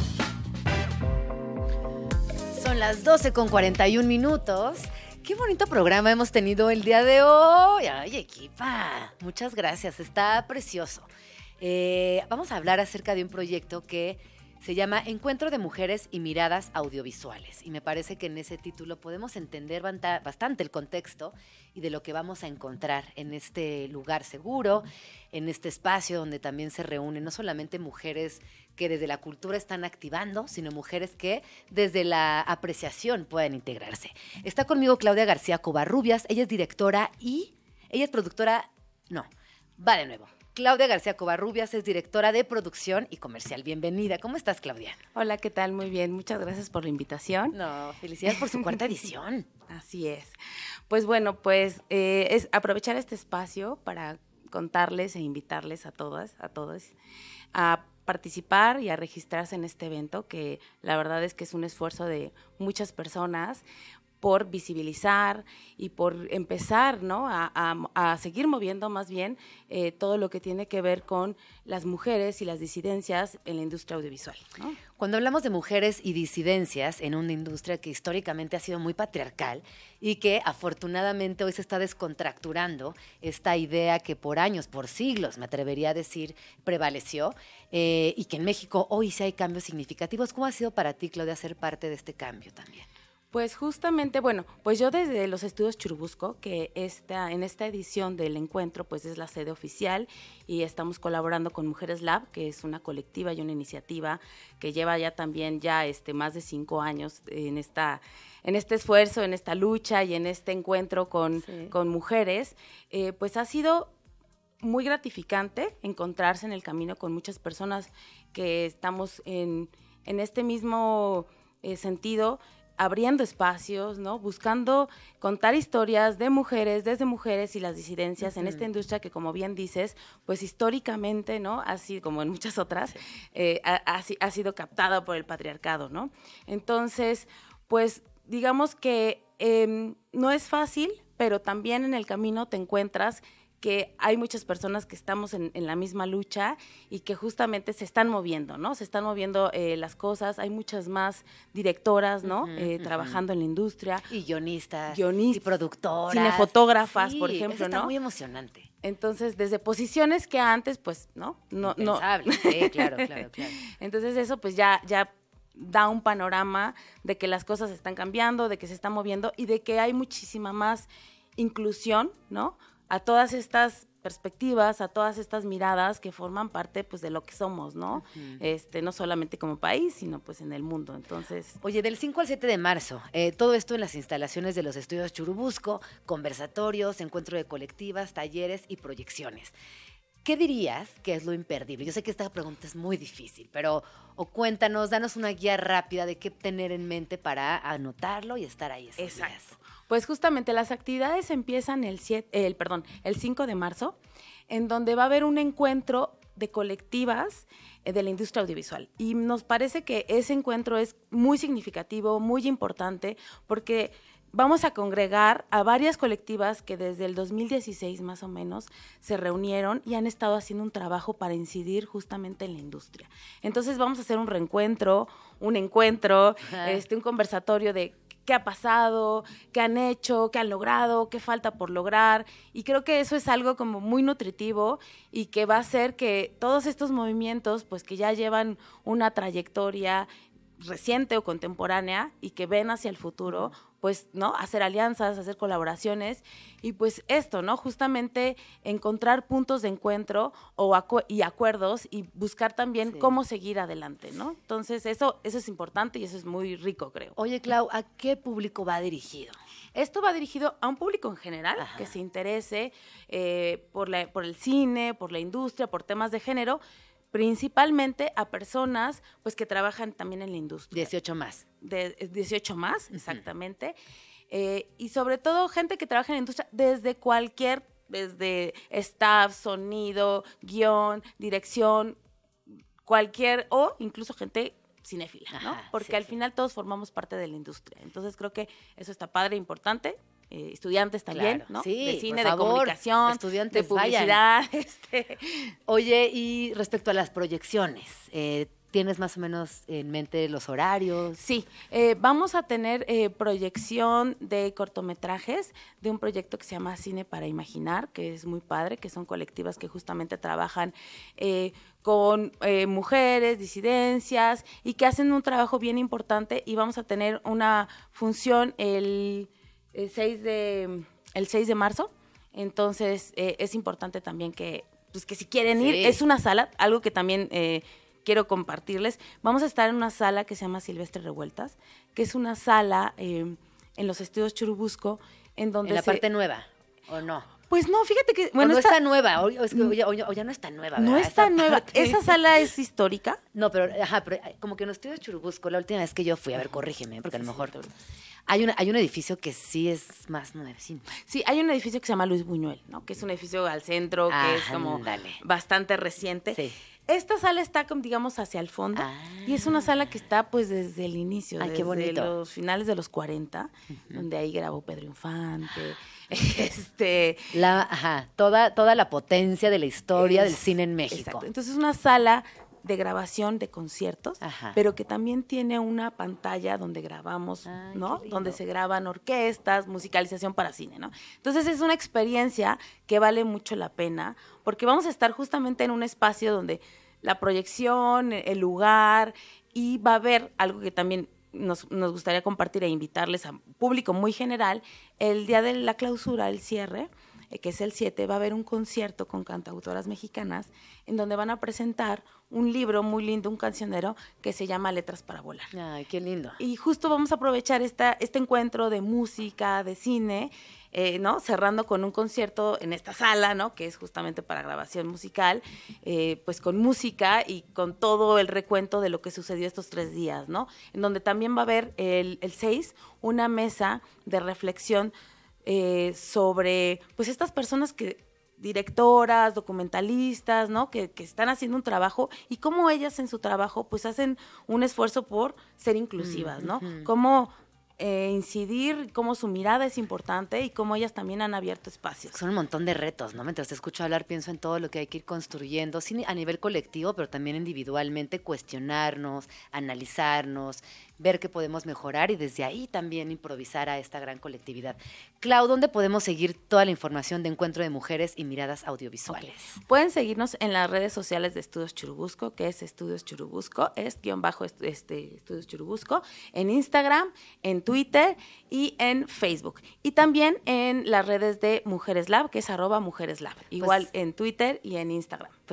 Son las 12:41. Qué bonito programa hemos tenido el día de hoy. Ay, equipa, muchas gracias, está precioso. Vamos a hablar acerca de un proyecto que se llama Encuentro de Mujeres y Miradas Audiovisuales. Y me parece que en ese título podemos entender bastante el contexto y de lo que vamos a encontrar en este lugar seguro, en este espacio donde también se reúnen no solamente mujeres que desde la cultura están activando, sino mujeres que desde la apreciación pueden integrarse. Está conmigo Claudia García Covarrubias, ella es directora y... ella es productora... no, va de nuevo. Claudia García Covarrubias es directora de producción y comercial. Bienvenida. ¿Cómo estás, Claudia? Hola, ¿qué tal? Muy bien. Muchas gracias por la invitación. No, felicidades por su cuarta edición. Así es. Pues bueno, pues es aprovechar este espacio para contarles e invitarles a todas, a todos, a participar y a registrarse en este evento, que la verdad es que es un esfuerzo de muchas personas por visibilizar y por empezar, ¿no?, a seguir moviendo más bien todo lo que tiene que ver con las mujeres y las disidencias en la industria audiovisual, ¿no? Cuando hablamos de mujeres y disidencias en una industria que históricamente ha sido muy patriarcal y que afortunadamente hoy se está descontracturando esta idea que por años, por siglos, me atrevería a decir, prevaleció y que en México hoy sí hay cambios significativos. ¿Cómo ha sido para ti, Claudia, ser parte de este cambio también? Pues justamente, bueno, pues yo desde los estudios Churubusco, que en esta edición del encuentro pues es la sede oficial y estamos colaborando con Mujeres Lab, que es una colectiva y una iniciativa que lleva ya también más de 5 años en este esfuerzo, en esta lucha y en este encuentro con mujeres, pues ha sido muy gratificante encontrarse en el camino con muchas personas que estamos en este mismo sentido, abriendo espacios, ¿no?, buscando contar historias de mujeres, desde mujeres y las disidencias en esta industria que, como bien dices, pues históricamente, ¿no?, así como en muchas otras, ha sido captada por el patriarcado, ¿no? Entonces, pues digamos que no es fácil, pero también en el camino te encuentras que hay muchas personas que estamos en la misma lucha y que justamente se están moviendo, ¿no? Se están moviendo las cosas, hay muchas más directoras, ¿no?, trabajando en la industria. Y guionistas. Y productoras. Cinefotógrafas, sí, por ejemplo, eso está ¿no? muy emocionante. Entonces, desde posiciones que antes, pues, no. Sí, claro. Entonces, eso pues ya da un panorama de que las cosas están cambiando, de que se están moviendo y de que hay muchísima más inclusión, ¿no?, a todas estas perspectivas, a todas estas miradas que forman parte pues de lo que somos, ¿no? No solamente como país, sino pues en el mundo. Entonces, oye, del 5 al 7 de marzo, todo esto en las instalaciones de los estudios Churubusco, conversatorios, encuentro de colectivas, talleres y proyecciones. ¿Qué dirías que es lo imperdible? Yo sé que esta pregunta es muy difícil, pero o cuéntanos, danos una guía rápida de qué tener en mente para anotarlo y estar ahí esos Exacto. días. Pues justamente las actividades empiezan el 5 de marzo, en donde va a haber un encuentro de colectivas de la industria audiovisual. Y nos parece que ese encuentro es muy significativo, muy importante, porque vamos a congregar a varias colectivas que desde el 2016 más o menos se reunieron y han estado haciendo un trabajo para incidir justamente en la industria. Entonces vamos a hacer un reencuentro, un encuentro, un conversatorio de qué ha pasado, qué han hecho, qué han logrado, qué falta por lograr. Y creo que eso es algo como muy nutritivo y que va a hacer que todos estos movimientos, pues que ya llevan una trayectoria reciente o contemporánea y que ven hacia el futuro, pues, ¿no? Hacer alianzas, hacer colaboraciones y pues esto, ¿no? Justamente encontrar puntos de encuentro y acuerdos y buscar también cómo seguir adelante, ¿no? Entonces, eso es importante y eso es muy rico, creo. Oye, Clau, ¿a qué público va dirigido? Esto va dirigido a un público en general que se interese por el cine, por la industria, por temas de género, principalmente a personas pues que trabajan también en la industria. 18 más. 18 más, exactamente. Y sobre todo gente que trabaja en la industria desde staff, sonido, guión, dirección, o incluso gente cinéfila, ¿no? Porque al final todos formamos parte de la industria. Entonces creo que eso está padre, importante. Estudiantes también, Claro, ¿no? sí, de cine, por de favor, comunicación, estudiantes, de publicidad. Oye, y respecto a las proyecciones, ¿tienes más o menos en mente los horarios? Sí, vamos a tener proyección de cortometrajes de un proyecto que se llama Cine para Imaginar, que es muy padre, que son colectivas que justamente trabajan con mujeres, disidencias, y que hacen un trabajo bien importante, y vamos a tener una función el 6 de marzo. Entonces es importante también que si quieren ir, es una sala, algo que también quiero compartirles. Vamos a estar en una sala que se llama Silvestre Revueltas, que es una sala en los estudios Churubusco, en donde ¿En la parte nueva o no? Pues no, fíjate que... Bueno, no está nueva, o ya no está nueva, ¿verdad? No está nueva, esa sala es histórica. No, pero como que en los estudios Churubusco, la última vez que yo fui, a ver, corrígeme, porque a lo mejor... Hay un edificio que sí es más nuevecino. Sí, hay un edificio que se llama Luis Buñuel, ¿no? Que es un edificio al centro, que es como bastante reciente. Sí. Esta sala está, digamos, hacia el fondo, y es una sala que está, pues, desde el inicio, qué desde bonito. los finales de los 40, donde ahí grabó Pedro Infante, toda la potencia de la historia del cine en México. Exacto. Entonces, es una sala de grabación de conciertos, pero que también tiene una pantalla donde grabamos, ¿no? Donde se graban orquestas, musicalización para cine, ¿no? Entonces es una experiencia que vale mucho la pena, porque vamos a estar justamente en un espacio donde la proyección, el lugar, y va a haber algo que también nos gustaría compartir e invitarles a público muy general. El día de la clausura, el cierre, que es el 7, va a haber un concierto con cantautoras mexicanas en donde van a presentar un libro muy lindo, un cancionero que se llama Letras para Volar. Ay, qué lindo. Y justo vamos a aprovechar este encuentro de música, de cine, ¿no? Cerrando con un concierto en esta sala, ¿no? Que es justamente para grabación musical, pues con música y con todo el recuento de lo que sucedió estos 3 días, ¿no? En donde también va a haber el 6 una mesa de reflexión sobre pues estas personas directoras, documentalistas, ¿no? Que están haciendo un trabajo, y cómo ellas en su trabajo pues hacen un esfuerzo por ser inclusivas, ¿no? Cómo incidir, cómo su mirada es importante y cómo ellas también han abierto espacios. Son un montón de retos, ¿no? Mientras te escucho hablar, pienso en todo lo que hay que ir construyendo, sí, a nivel colectivo, pero también individualmente, cuestionarnos, analizarnos, ver qué podemos mejorar y desde ahí también improvisar a esta gran colectividad. Clau, ¿dónde podemos seguir toda la información de Encuentro de Mujeres y Miradas Audiovisuales? Okay. Pueden seguirnos en las redes sociales de Estudios Churubusco, que es Estudios Churubusco, Estudios Churubusco, en Instagram, en Twitter y en Facebook. Y también en las redes de Mujeres Lab, que es @Mujeres Lab, igual en Twitter y en Instagram.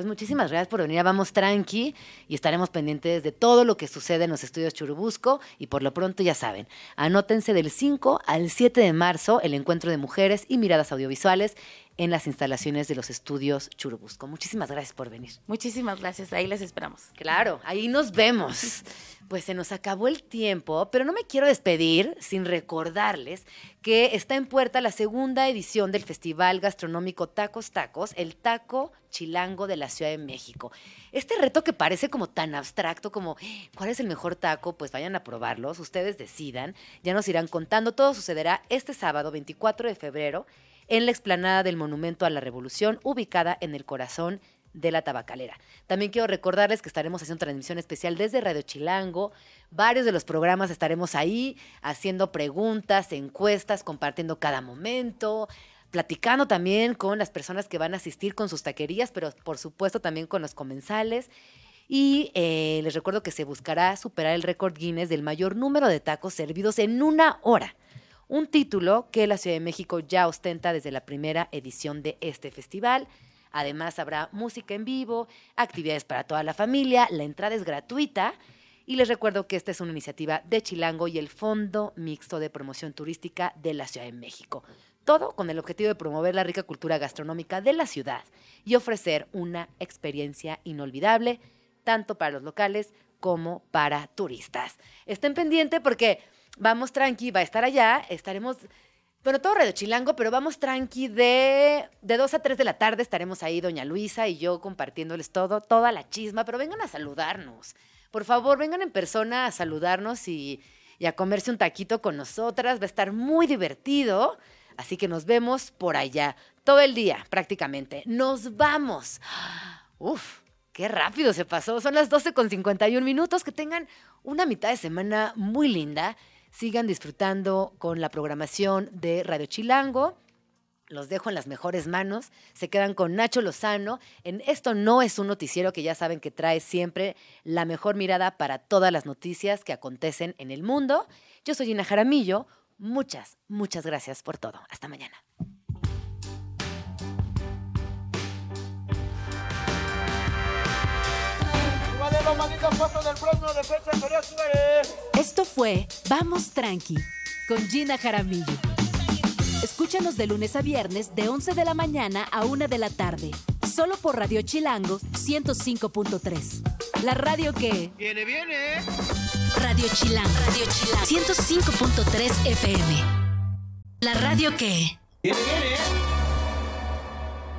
Pues muchísimas gracias por venir a Vamos Tranqui y estaremos pendientes de todo lo que sucede en los estudios Churubusco y por lo pronto ya saben, anótense del 5 al 7 de marzo el encuentro de mujeres y miradas audiovisuales en las instalaciones de los estudios Churubusco. Muchísimas gracias por venir. Muchísimas gracias, ahí les esperamos. Claro, ahí nos vemos. Pues se nos acabó el tiempo, pero no me quiero despedir sin recordarles que está en puerta la segunda edición del Festival Gastronómico Tacos Tacos, el Taco Chilango de la Ciudad de México. Este reto que parece como tan abstracto como ¿cuál es el mejor taco? Pues vayan a probarlos, ustedes decidan, ya nos irán contando. Todo sucederá este sábado 24 de febrero en la explanada del Monumento a la Revolución, ubicada en el corazón de la Tabacalera. También quiero recordarles que estaremos haciendo transmisión especial desde Radio Chilango. Varios de los programas estaremos ahí haciendo preguntas, encuestas, compartiendo cada momento, platicando también con las personas que van a asistir con sus taquerías, pero por supuesto también con los comensales. Y les recuerdo que se buscará superar el récord Guinness del mayor número de tacos servidos en una hora. Un título que la Ciudad de México ya ostenta desde la primera edición de este festival. Además, habrá música en vivo, actividades para toda la familia, la entrada es gratuita. Y les recuerdo que esta es una iniciativa de Chilango y el Fondo Mixto de Promoción Turística de la Ciudad de México. Todo con el objetivo de promover la rica cultura gastronómica de la ciudad y ofrecer una experiencia inolvidable, tanto para los locales como para turistas. Estén pendientes porque Vamos Tranqui va a estar allá, estaremos... Bueno, todo Radio Chilango, pero Vamos Tranqui de 2 a 3 de la tarde estaremos ahí doña Luisa y yo compartiéndoles toda la chisma, pero vengan a saludarnos. Por favor, vengan en persona a saludarnos y a comerse un taquito con nosotras. Va a estar muy divertido, así que nos vemos por allá todo el día prácticamente. ¡Nos vamos! ¡Uf! ¡Qué rápido se pasó! Son las 12:51. Que tengan una mitad de semana muy linda. Sigan disfrutando con la programación de Radio Chilango. Los dejo en las mejores manos. Se quedan con Nacho Lozano. En Esto No es un Noticiero, que ya saben que trae siempre la mejor mirada para todas las noticias que acontecen en el mundo. Yo soy Gina Jaramillo. Muchas gracias por todo. Hasta mañana. Esto fue Vamos Tranqui con Gina Jaramillo. Escúchanos de lunes a viernes de 11 de la mañana a 1 de la tarde. Solo por Radio Chilango 105.3. La radio que... ¡Viene! Radio Chilango. 105.3 FM. La radio que... ¡Viene!